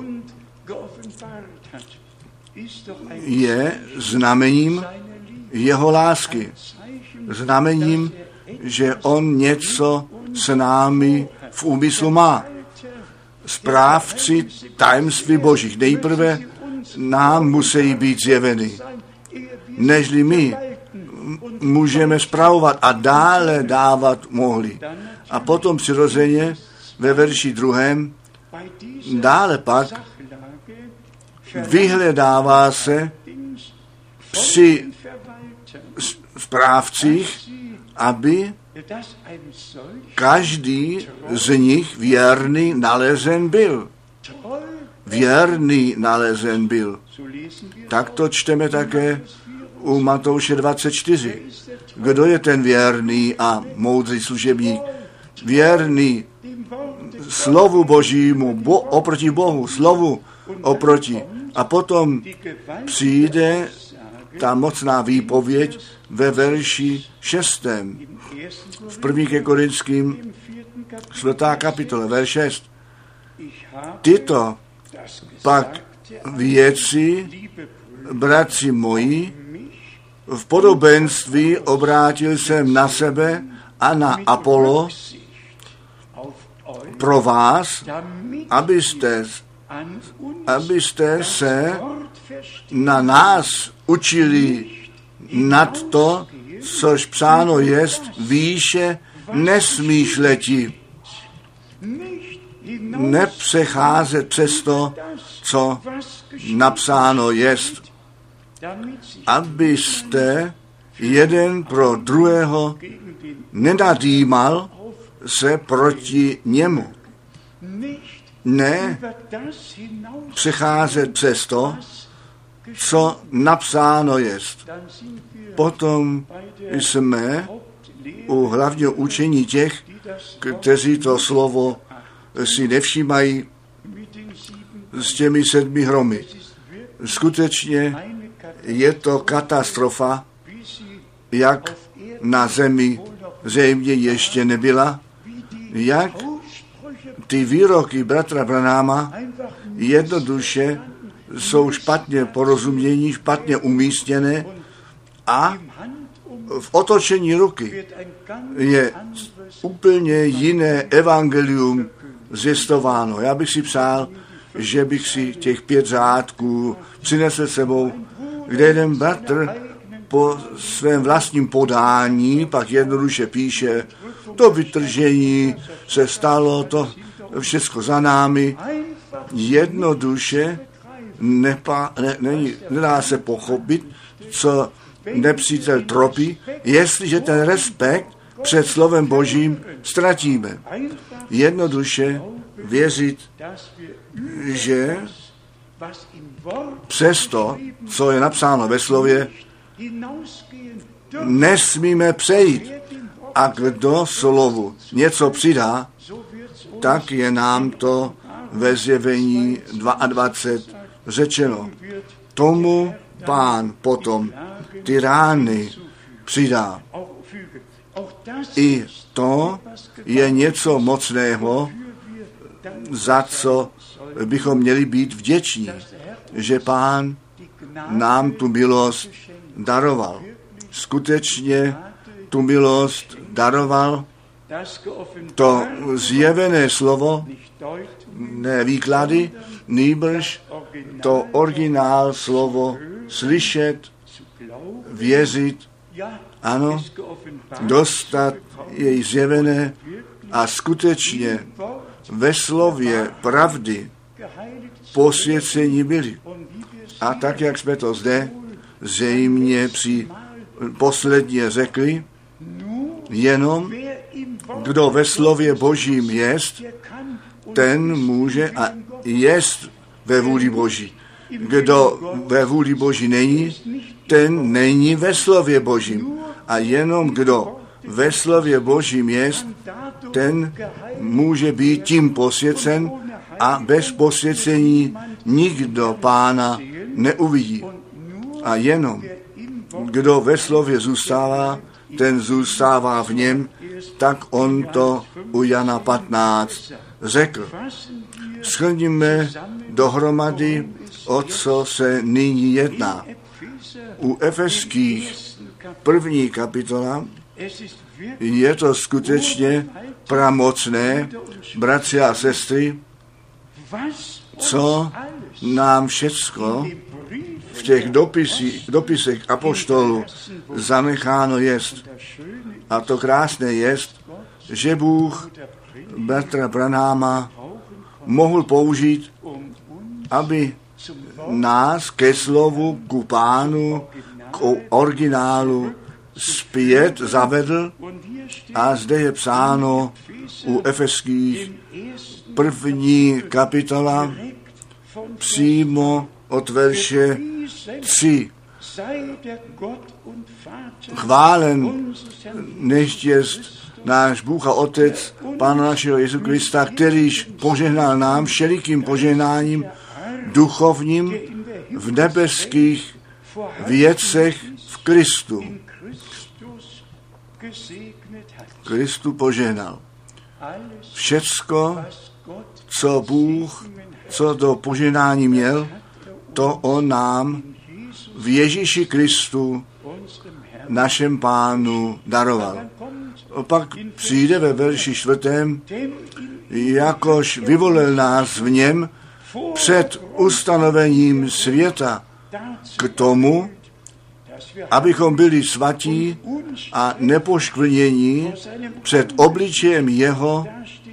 je znamením jeho lásky. Znamením, že on něco s námi v úmyslu má. Správci tajemství božích. Nejprve nám musí být zjeveny, nežli my můžeme spravovat a dále dávat mohli. A potom přirozeně ve verši 2. dále pak vyhledává se při správcích, aby každý z nich věrný nalezen byl. Věrný nalezen byl. Tak to čteme také u Matouše 24. Kdo je ten věrný a moudrý služebník? Věrný slovu Božímu, oproti Bohu, slovu oproti. A potom přijde ta mocná výpověď ve verši 6. V 1. ke Korinským 4. kapitole, verš 6. Tyto pak věci, bratři moji, v podobenství obrátil jsem na sebe a na Apollo pro vás, abyste se na nás učili nad to, což psáno jest, výše nesmýšleti. Nepřecházet přes to, co napsáno jest, abyste jeden pro druhého nenadýmal se proti němu. Ne přecházet přes to, co napsáno jest. Potom jsme u hlavního učení těch, kteří to slovo si nevšímají s těmi 7 hromy. Skutečně je to katastrofa, jak na zemi zřejmě ještě nebyla, jak ty výroky bratra Branáma jednoduše jsou špatně porozumění, špatně umístěné a v otočení ruky je úplně jiné evangelium zjistováno. Já bych si přál, že bych si těch 5 řádků přinesl sebou, kde jeden bratr po svém vlastním podání pak jednoduše píše, to vytržení se stalo, to všechno za námi, jednoduše nedá se pochopit, co nepřítel tropí, jestliže ten respekt před slovem Božím ztratíme. Jednoduše věřit, že přes to, co je napsáno ve slově, nesmíme přejít. A kdo slovu něco přidá, tak je nám to ve Zjevení 22 řečeno, tomu Pán potom ty rány přidá. I to je něco mocného, za co bychom měli být vděční, že Pán nám tu milost daroval. Skutečně tu milost daroval, to zjevené slovo, ne výklady, nýbrž to originál slovo slyšet, věřit, ano, dostat jej zjevené a skutečně ve slově pravdy posvěcení byli. A tak, jak jsme to zde zřejmě posledně řekli, jenom kdo ve slově Božím jest, ten může a jest ve vůli Boží. Kdo ve vůli Boží není, ten není ve slově Božím. A jenom kdo ve slově Božím jest, ten může být tím posvěcen a bez posvěcení nikdo Pána neuvidí. A jenom kdo ve slově zůstává, ten zůstává v něm, tak on to u Jana 15 řekl. Shrníme dohromady, o co se nyní jedná. U Efeských 1. kapitola je to skutečně pramocné, bratři a sestry, co nám všecko v těch dopisech apoštolů zanecháno jest. A to krásné jest, že Bůh bratra Branhama mohl použít, aby nás ke slovu, ku Pánu, k originálu zpět zavedl. A zde je psáno u Efeských 1. kapitola přímo od verše 3. Chválen nechť jest náš Bůh a Otec, Pána našeho Jezu Krista, kterýž požehnal nám všelikým požehnáním duchovním v nebeských věcech v Kristu. Kristu požehnal. Všecko, co Bůh, co do požehnání měl, to on nám v Ježíši Kristu, našem Pánu, daroval. Opak přijde ve verši 4. Jakož vyvolil nás v něm před ustanovením světa k tomu, abychom byli svatí a nepoškvrnění před obličejem jeho.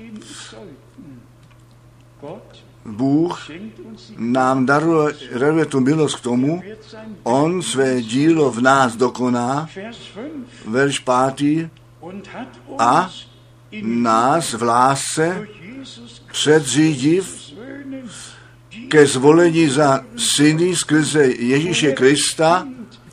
Bůh nám daruje tu milost k tomu, on své dílo v nás dokoná, verš 5. A nás v lásce předřídiv ke zvolení za syny skrze Ježíše Krista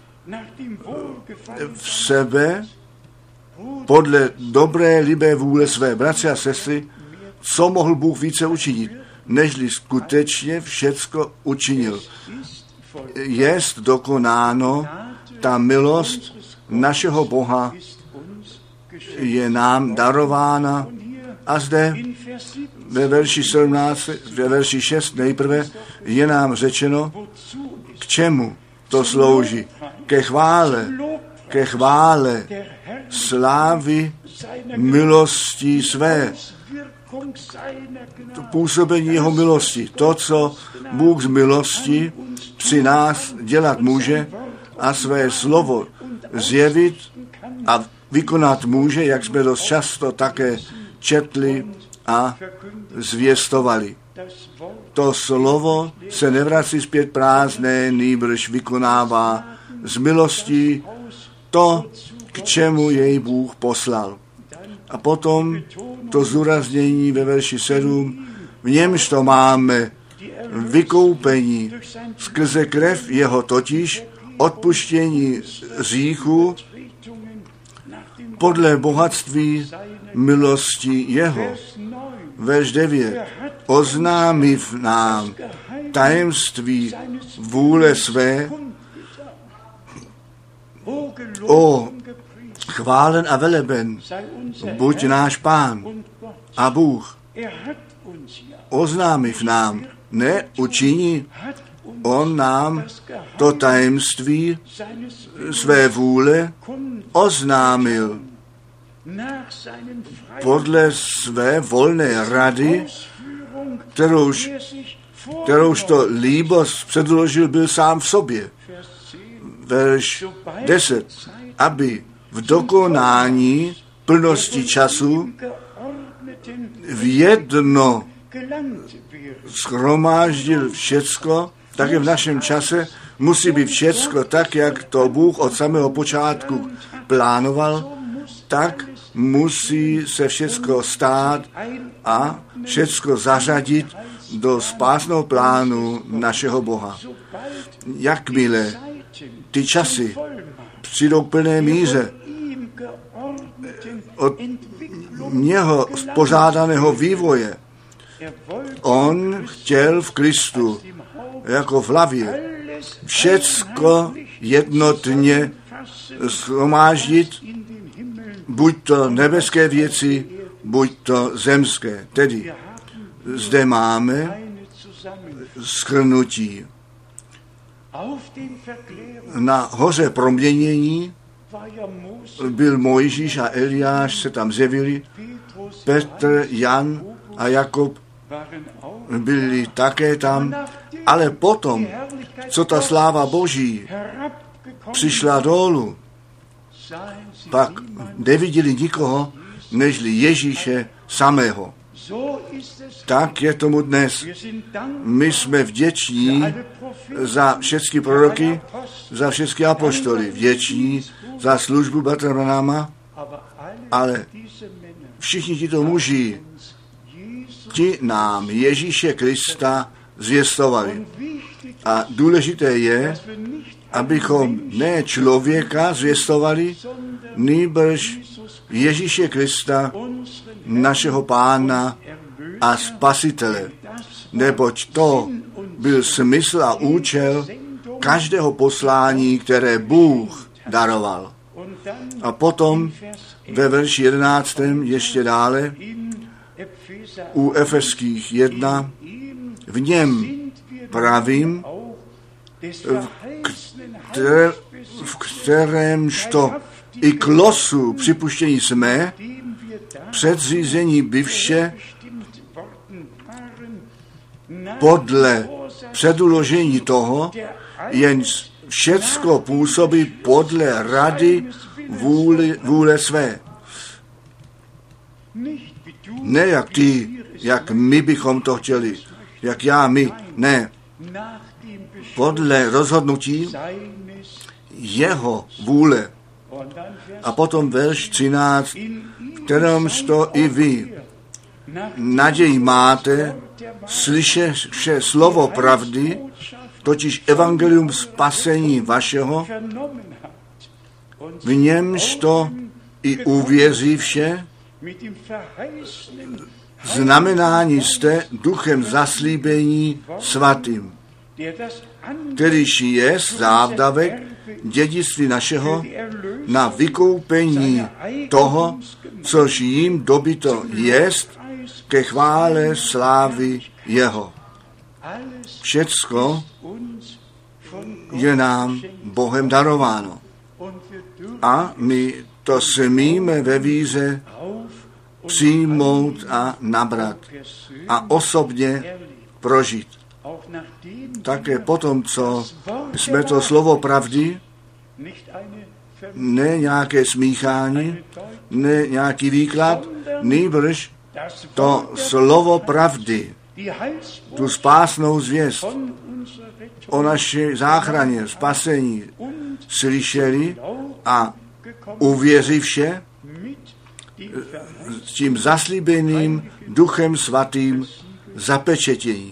v sebe podle dobré libé vůle své. Bratři a sestry, co mohl Bůh více učinit, nežli skutečně všecko učinil. Jest dokonáno, ta milost našeho Boha je nám darována. A zde ve verši 17, ve verši 6 nejprve je nám řečeno, k čemu to slouží. Ke chvále slávy milosti své. To působení jeho milosti. To, co Bůh z milosti při nás dělat může a své slovo zjevit a vykonat může, jak jsme dost často také četli a zvěstovali. To slovo se nevrací zpět prázdné, nýbrž vykonává z milostí to, k čemu jej Bůh poslal. A potom to zdůraznění ve verši 7, v němž to máme vykoupení skrze krev jeho, totiž odpuštění hříchu podle bohatství milosti jeho. Verš 9. oznámiv nám tajemství vůle své. O, chválen a veleben, buď náš Pán a Bůh. Oznámiv nám, ne učiní, on nám to tajemství své vůle oznámil podle své volné rady, kterouž to líbos předložil byl sám v sobě. Verš 10. Aby v dokonání plnosti času v jedno shromáždil všecko, také v našem čase musí být všecko tak, jak to Bůh od samého počátku plánoval, tak musí se všecko stát a všecko zařadit do spásného plánu našeho Boha. Jakmile ty časy přijdou k plné míře od něho pořádaného vývoje, on chtěl v Kristu jako v hlavě všecko jednotně shromáždit, buď to nebeské věci, buď to zemské. Tedy zde máme shrnutí. Na hoře proměnění byl Mojžíš a Eliáš, se tam zjevili, Petr, Jan a Jakob byli také tam, ale potom, co ta sláva Boží přišla dolů, pak neviděli nikoho, nežli Ježíše samého. Tak je tomu dnes. My jsme vděční za všechny proroky, za všechny apoštoly, vděční za službu bratra Branhama, ale všichni tito muži, ti nám Ježíše Krista zvěstovali. A důležité je, abychom ne člověka zvěstovali, nýbrž Ježíše Krista, našeho Pána a Spasitele. Neboť to byl smysl a účel každého poslání, které Bůh daroval. A potom ve verši 11. ještě dále u Efeských 1 v něm pravým, v kterémžto i k losu připuštění jsme, předřízení bivše podle předuložení toho, jenž všecko působí podle rady vůle své. Ne jak ty, jak my bychom to chtěli, jak já, my, ne. Podle rozhodnutí jeho vůle. A potom verš 13, v kterémžto i vy naději máte, slyšeše slovo pravdy, totiž evangelium spasení vašeho, v němž to i uvěřivše, znamenání jste duchem zaslíbení svatým, kterýž je závdavek dědictví našeho na vykoupení toho, což jim dobyto jest, ke chvále slávy jeho. Všecko je nám Bohem darováno. A my to smíme ve víře přijmout a nabrat a osobně prožít. Také potom, co jsme to slovo pravdy, ne nějaké smíchání, ne nějaký výklad, nýbrž to slovo pravdy, tu spásnou zvěst o naší záchraně, spasení slyšeli a uvěřivše s tím zaslíbeným Duchem Svatým zapečetění.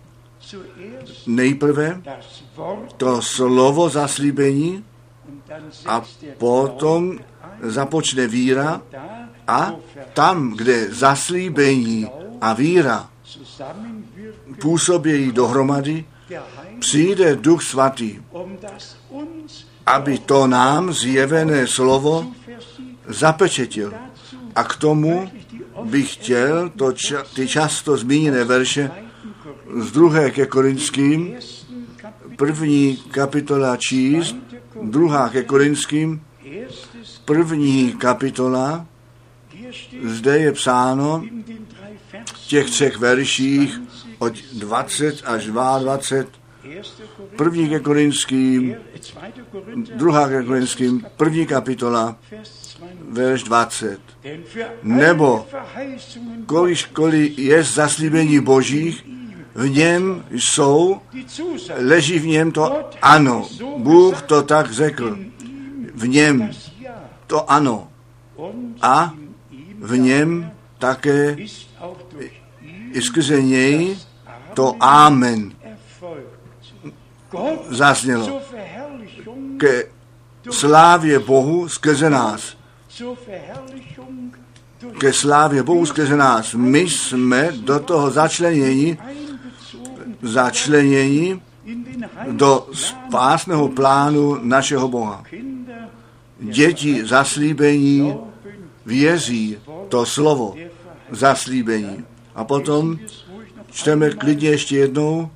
Nejprve to slovo zaslíbení a potom započne víra a tam, kde zaslíbení a víra působí dohromady, přijde Duch Svatý, aby to nám zjevené slovo zapečetil. A k tomu bych chtěl ty často zmíněné verše z 2. ke Korinským, 1. kapitola číst, 2. ke Korinským, 1. kapitola, zde je psáno v těch 3 verších od 20 až 22, 1. ke Korinským, 2. ke Korinským, 1. kapitola, verš 20. Nebo koliškoliv je zaslíbení božích, v něm jsou, leží v něm to ano. Bůh to tak řekl. V něm to ano. A v něm také i skrze něj to amen zaznělo. Ke slávě Bohu skrze nás. Ke slávě Bohu skrze nás. My jsme do toho začlenění do spásného plánu našeho Boha. Děti zaslíbení věří to slovo zaslíbení. A potom čteme klidně ještě jednou,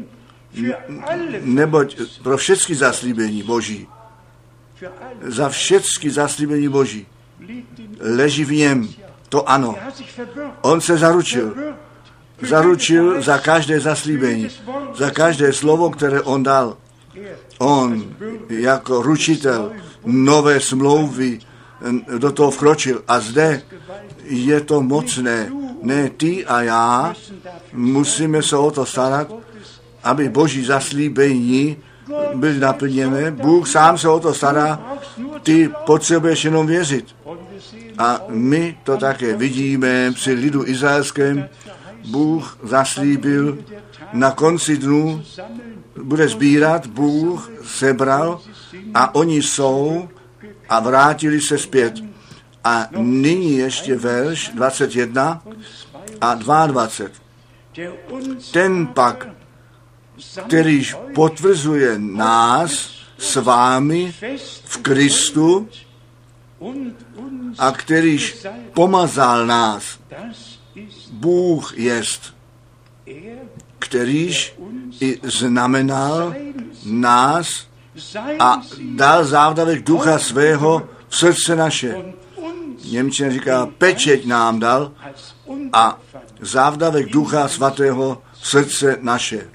neboť pro všechny zaslíbení Boží, za všechny zaslíbení Boží leží v něm to ano. On se zaručil za každé zaslíbení, za každé slovo, které on dal. On jako ručitel nové smlouvy do toho vkročil. A zde je to mocné. Ne ty a já musíme se o to starat, aby Boží zaslíbení byly naplněné. Bůh sám se o to stará, ty potřebuješ jenom věřit. A my to také vidíme při lidu izraelském. Bůh zaslíbil, na konci dnů bude sbírat, Bůh sebral a oni jsou a vrátili se zpět. A nyní ještě verš 21 a 22. Ten pak, kterýž potvrzuje nás s vámi v Kristu a kterýž pomazal nás, Bůh jest, kterýž i znamenal nás a dal závdavek ducha svého v srdce naše. Němčina říká, pečeť nám dal a závdavek ducha svatého v srdce naše,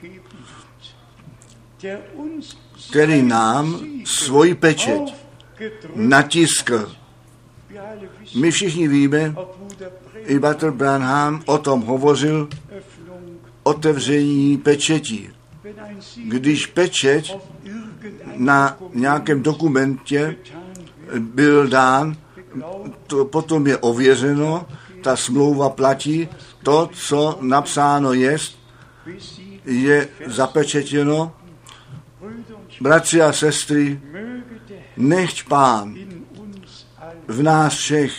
který nám svoji pečeť natiskl. My všichni víme, i Bratr Branham o tom hovořil, otevření pečetí. Když pečeť na nějakém dokumentě byl dán, to potom je ověřeno, ta smlouva platí, to, co napsáno je zapečetěno. Bratři a sestry, nechť Pán v nás všech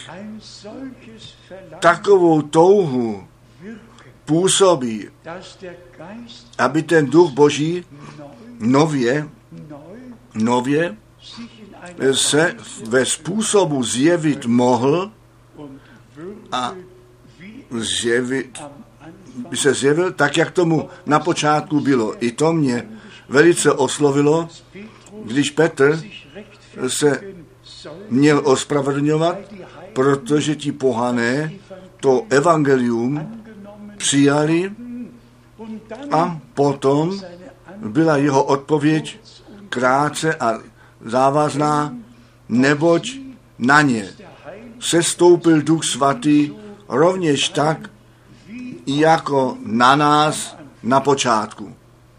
takovou touhu působí, aby ten duch Boží nově se ve způsobu zjevit mohl a se zjevil tak, jak tomu na počátku bylo. I to mě velice oslovilo, když Petr se měl ospravedlňovat, protože ti pohané to evangelium přijali a potom byla jeho odpověď krátce a závazná, neboť na ně sestoupil Duch Svatý rovněž tak, jako na nás na počátku.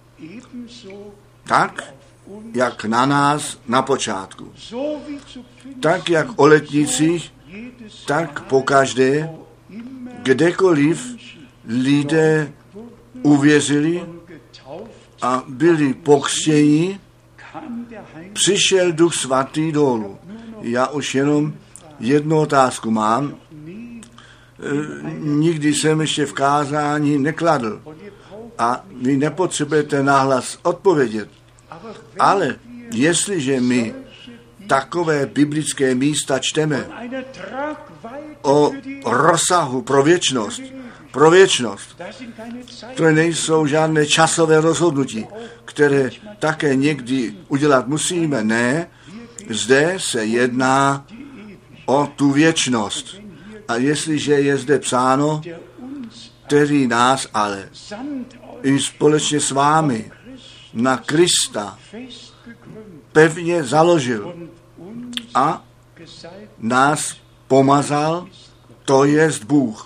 Tak, jak na nás na počátku. Tak, jak o letnicích, tak pokaždé, kdekoliv lidé uvěřili a byli pokřtěni, přišel Duch Svatý dolů. Já už jenom jednu otázku mám. nikdy jsem ještě v kázání nekladl. A vy nepotřebujete nahlas odpovědět. Ale jestliže my takové biblické místa čteme o rozsahu pro věčnost, to nejsou žádné časové rozhodnutí, které také někdy udělat musíme. Ne, zde se jedná o tu věčnost. A jestliže je zde psáno, který nás ale i společně s vámi na Krista pevně založil a nás pomazal, to jest Bůh.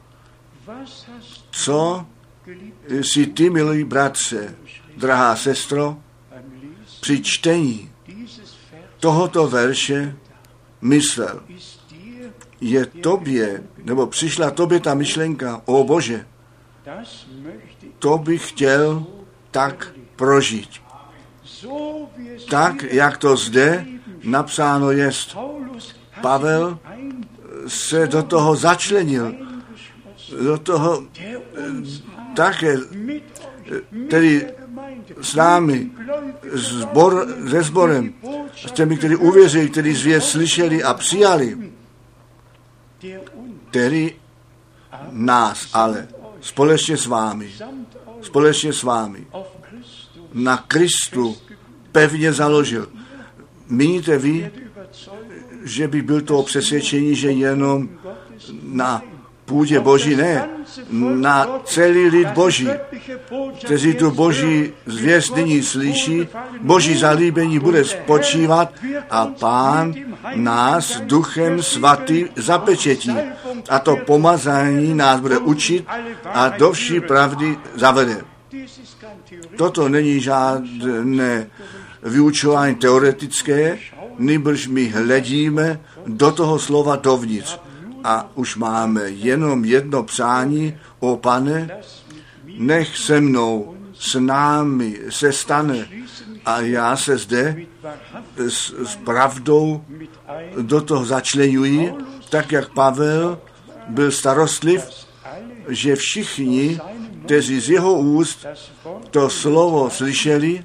Co si ty, milí bratře, drahá sestro, při čtení tohoto verše myslel? Je tobě, nebo přišla tobě ta myšlenka, o Bože, to bych chtěl tak prožít. Tak, jak to zde napsáno jest. Pavel se do toho začlenil, do toho také, tedy s námi, se sborem, s těmi, kteří uvěřili, kteří zvěst slyšeli a přijali, který nás ale společně s vámi na Kristu pevně založil. Míníte vy, že by byl to přesvědčení, že jenom na půdě Boží? Ne, na celý lid Boží, kteří tu Boží zvěst nyní slyší, Boží zalíbení bude spočívat a Pán nás Duchem Svatým zapečetí. A to pomazání nás bude učit a do vší pravdy zavede. Toto není žádné vyučování teoretické, nýbrž my hledíme do toho slova dovnitř. A už máme jenom jedno přání, o Pane, nech se mnou, s námi se stane. A já se zde s pravdou do toho začleňuji, tak jak Pavel byl starostliv, že všichni, kteří z jeho úst to slovo slyšeli,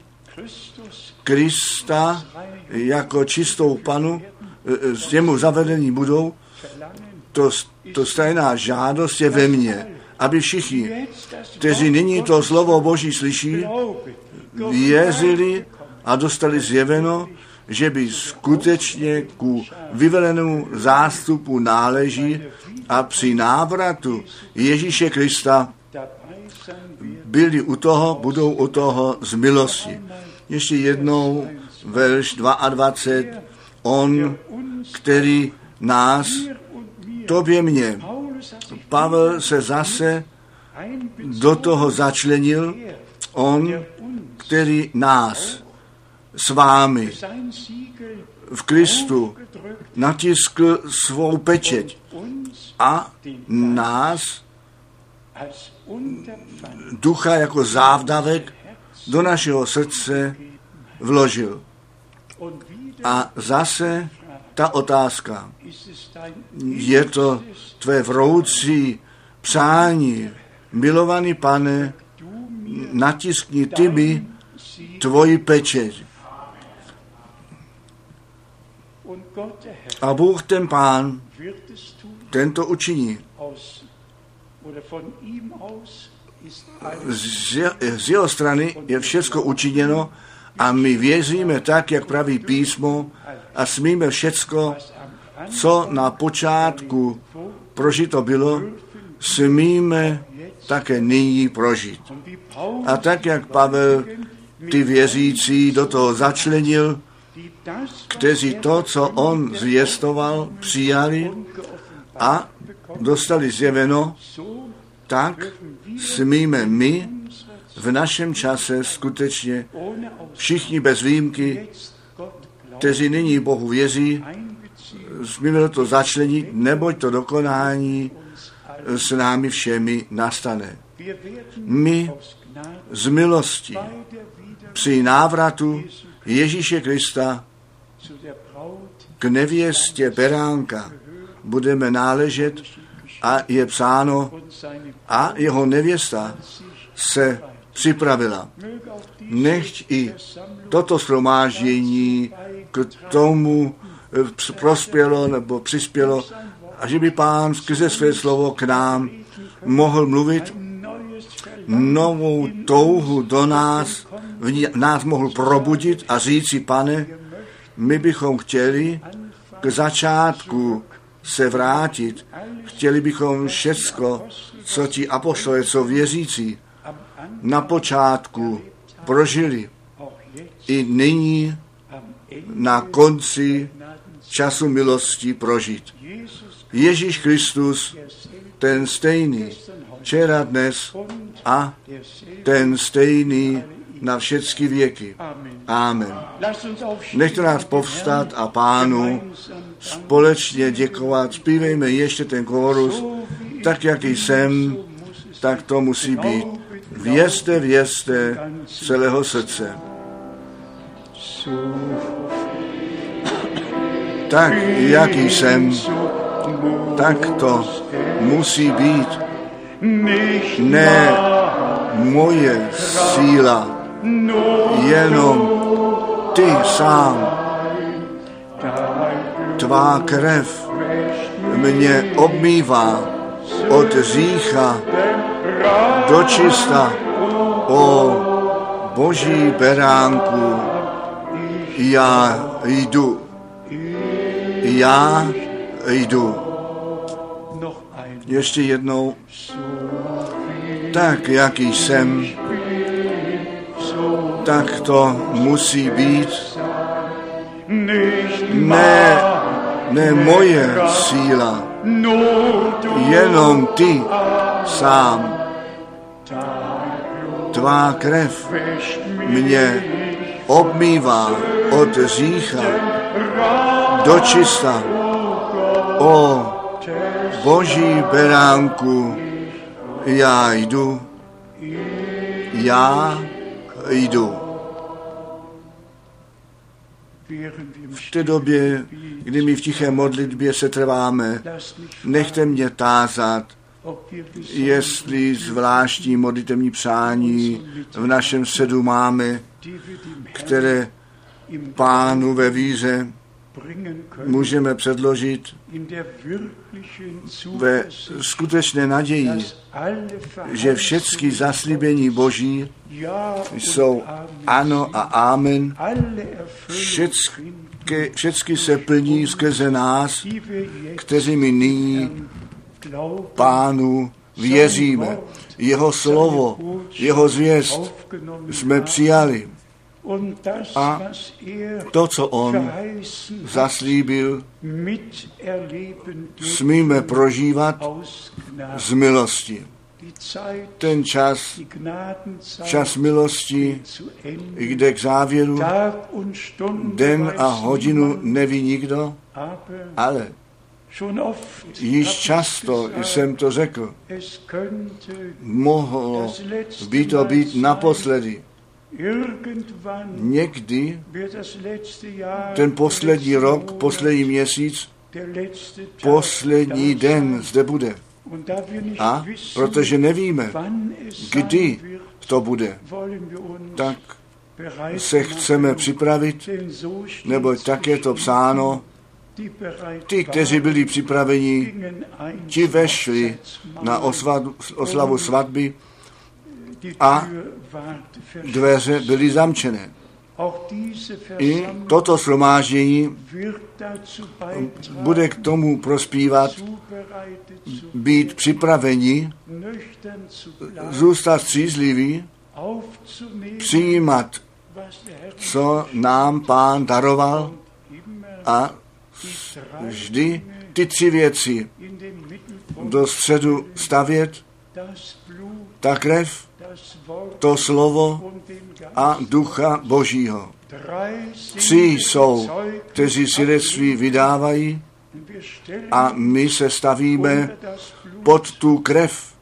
Krista jako čistou Panu, s němu zavedení budou, to stejná žádost je ve mně, aby všichni, kteří nyní to slovo Boží slyší, věřili a dostali zjeveno, že by skutečně ku vyvolenému zástupu náleží a při návratu Ježíše Krista byli u toho, budou u toho z milosti. Ještě jednou verš 22. On, který nás, tobě mě. Pavel se zase do toho začlenil. On, který nás s vámi v Kristu natiskl svou pečeť a nás ducha jako závdavek do našeho srdce vložil. A zase ta otázka, je to tvé vroucí přání, milovaný Pane, natiskni ty mi tvoji pečeť. A Bůh ten Pán tento učiní. Z jeho strany je všecko učiněno a my věříme tak, jak praví písmo a smíme všecko, co na počátku prožito bylo, smíme také nyní prožít. A tak, jak Pavel ty věřící do toho začlenil, kteří to, co on zvěstoval, přijali a dostali zjeveno, tak smíme my v našem čase skutečně všichni bez výjimky, kteří nyní Bohu věří, smíme do toho začlenit, neboť to dokonání s námi všemi nastane. My z milosti při návratu Ježíše Krista k nevěstě beránka budeme náležet A je psáno, a jeho nevěsta se připravila. Nechť i toto shromáždění k tomu prospělo nebo přispělo, a že by Pán skrze své slovo k nám mohl mluvit, novou touhu do nás, nás mohl probudit a říci, Pane, my bychom chtěli k začátku se vrátit, chtěli bychom všecko, co ti apoštolé, co věřící na počátku prožili, i nyní na konci času milosti prožít. Ježíš Kristus, ten stejný, včera, dnes a ten stejný na všechny věky. Amen. Nechte nás povstat a Pánu společně děkovat. Zpívejme ještě ten chorus, tak jak jsem, tak to musí být. Vězte, vězte celého srdce. Tak jak jsem, tak to musí být. Ne moje síla, jenom ty sám. Tvá krev mě obmývá od hřícha do čista. O Boží beránku, já jdu. Já jdu. Ještě jednou. Tak, jaký jsem, tak to musí být. Ne moje síla, jenom ty sám. Tvá krev mě obmývá od hřícha do čista. O Boží beránku, já jdu. Já jdu. V té době, kdy my v tiché modlitbě se trváme, nechte mě tázat, jestli zvláštní modlitevní přání v našem středu máme, které Pánu ve víře můžeme předložit ve skutečné naději, že všechny zaslíbení Boží jsou ano a amen. Všechny se plní skrze nás, kteří my nyní Pánu věříme. Jeho slovo, jeho zvěst jsme přijali. A to, co on zaslíbil, smíme prožívat z milosti. Ten čas milosti jde k závěru. Den a hodinu neví nikdo, ale již často jsem to řekl. Mohlo by to být naposledy. Někdy ten poslední rok, poslední měsíc, poslední den zde bude. A protože nevíme, kdy to bude, tak se chceme připravit, nebo tak je to psáno, ti, kteří byli připraveni, ti vešli na oslavu svatby a dveře byly zamčené. I toto shromáždění bude k tomu prospívat, být připraveni, zůstat střízliví, přijímat, co nám Pán daroval a vždy ty tři věci do středu stavět, ta krev, to slovo a ducha Božího. Tři jsou, kteří svědectví vydávají a my se stavíme pod tu krev.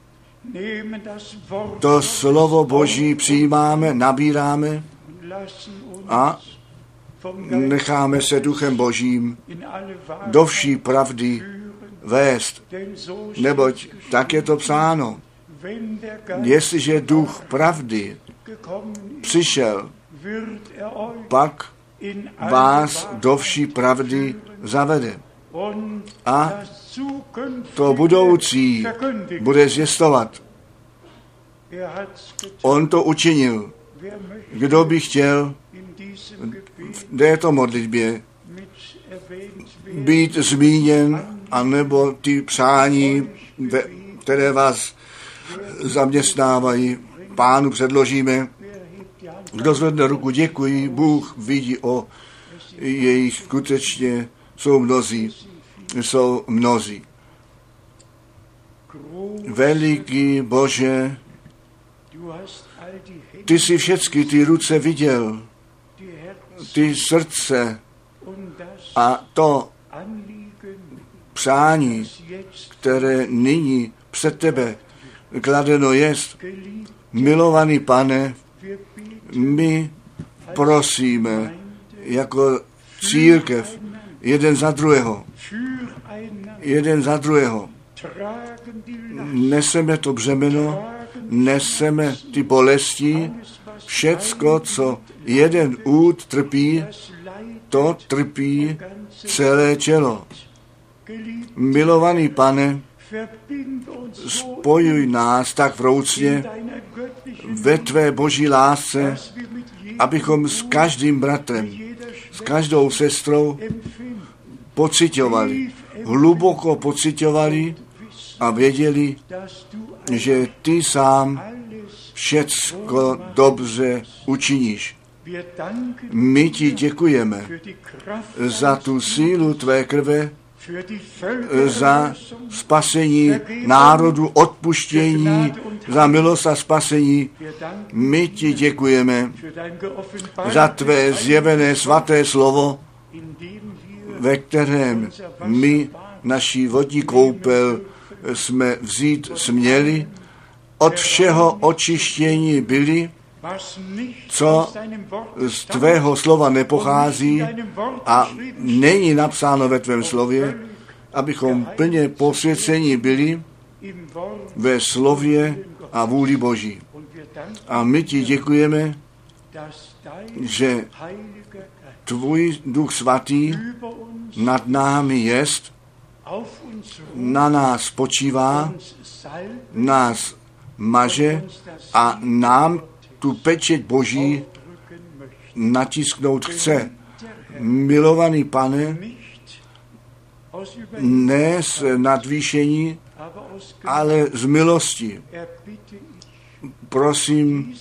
To slovo Boží přijímáme, nabíráme a necháme se duchem Božím do vší pravdy vést, neboť tak je to psáno. Jestliže duch pravdy přišel, pak vás do vší pravdy zavede. A to budoucí bude zvěstovat. On to učinil. Kdo by chtěl v této modlitbě být zmíněn, anebo ty přání, které vás zaměstnávají, Pánu předložíme. Kdo zvedne ruku, děkuji, Bůh vidí o jejich skutečně, jsou mnozí. Veliký Bože, ty jsi všechny ty ruce viděl, ty srdce a to přání, které nyní před tebe kladeno jest. Milovaný Pane, my prosíme jako církev jeden za druhého. Neseme to břemeno, neseme ty bolesti, všecko, co jeden úd trpí, to trpí celé tělo. Milovaný Pane, spojuj nás tak vroucně ve tvé boží lásce, abychom s každým bratrem, s každou sestrou pociťovali, hluboko pociťovali a věděli, že ty sám všecko dobře učiníš. My ti děkujeme za tu sílu tvé krve, za spasení národu, odpuštění, za milost a spasení. My ti děkujeme za tvé zjevené svaté slovo, ve kterém my naší vodní koupel jsme vzít směli, od všeho očištění byli, co z tvého slova nepochází a není napsáno ve tvém slově, abychom plně posvěcení byli ve slově a vůli Boží. A my ti děkujeme, že tvůj Duch Svatý nad námi jest, na nás spočívá, nás maže a nám tu pečeť Boží natisknout chce. Milovaný Pane, ne z nadvýšení, ale z milosti. Prosím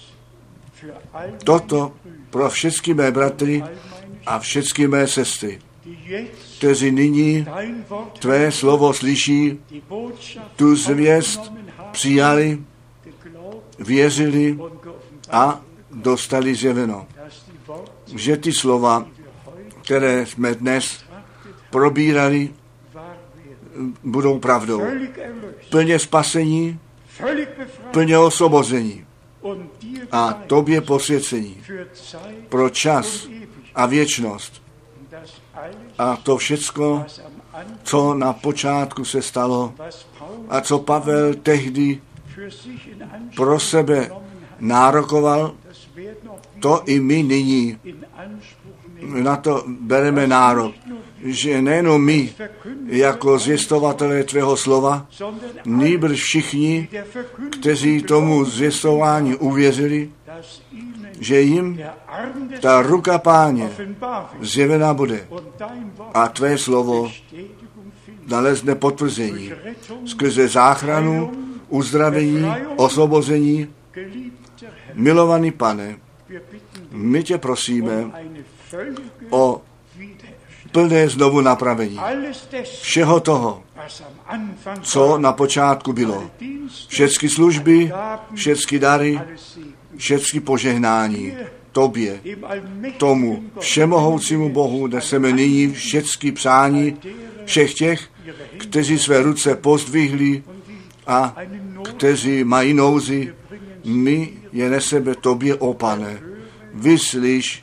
toto pro všechny mé bratry a všechny mé sestry, kteří nyní tvé slovo slyší, tu zvěst přijali, věřili a dostali zjeveno, že ty slova, které jsme dnes probírali, budou pravdou. Plně spasení, plně osvobození a tobě posvěcení pro čas a věčnost. A to všecko, co na počátku se stalo a co Pavel tehdy pro sebe nárokoval, to i my nyní na to bereme nárok, že nejenom my, jako zvěstovatelé tvého slova, nýbrž všichni, kteří tomu zvěstování uvěřili, že jim ta ruka Páně zjevená bude a tvé slovo nalezne potvrzení skrze záchranu, uzdravení, osvobození. Milovaný Pane, my tě prosíme o plné znovu napravení všeho toho, co na počátku bylo. Všechny služby, všechny dary, všechny požehnání tobě, tomu všemohoucímu Bohu, neseme nyní všechny přání všech těch, kteří své ruce pozdvihli a kteří mají nouzi. My je neseme tobě, ó Pane. Vyslyš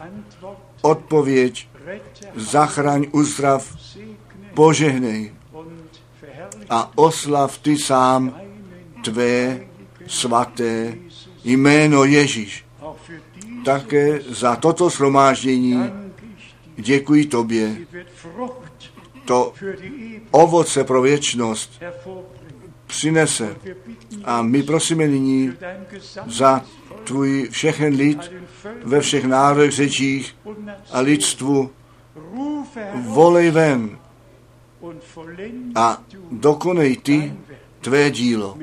odpověď, zachraň, uzdrav, požehnej a oslav ty sám tvé svaté jméno Ježíš. Také za toto shromáždění děkuji tobě. To ovoce pro věčnost přinese. A my prosíme nyní za tvůj všechen lid ve všech národech, řečích a lidstvu. Volej ven a dokonej ty tvé dílo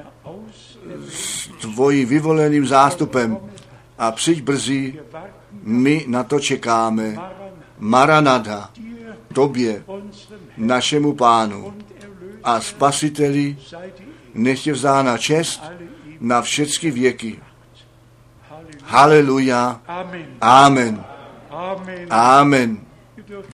s tvojí vyvoleným zástupem a přijď brzy, my na to čekáme. Maranatha, tobě, našemu Pánu a Spasiteli, nech je vzána čest na všechny věky. Haleluja. Amen. Amen.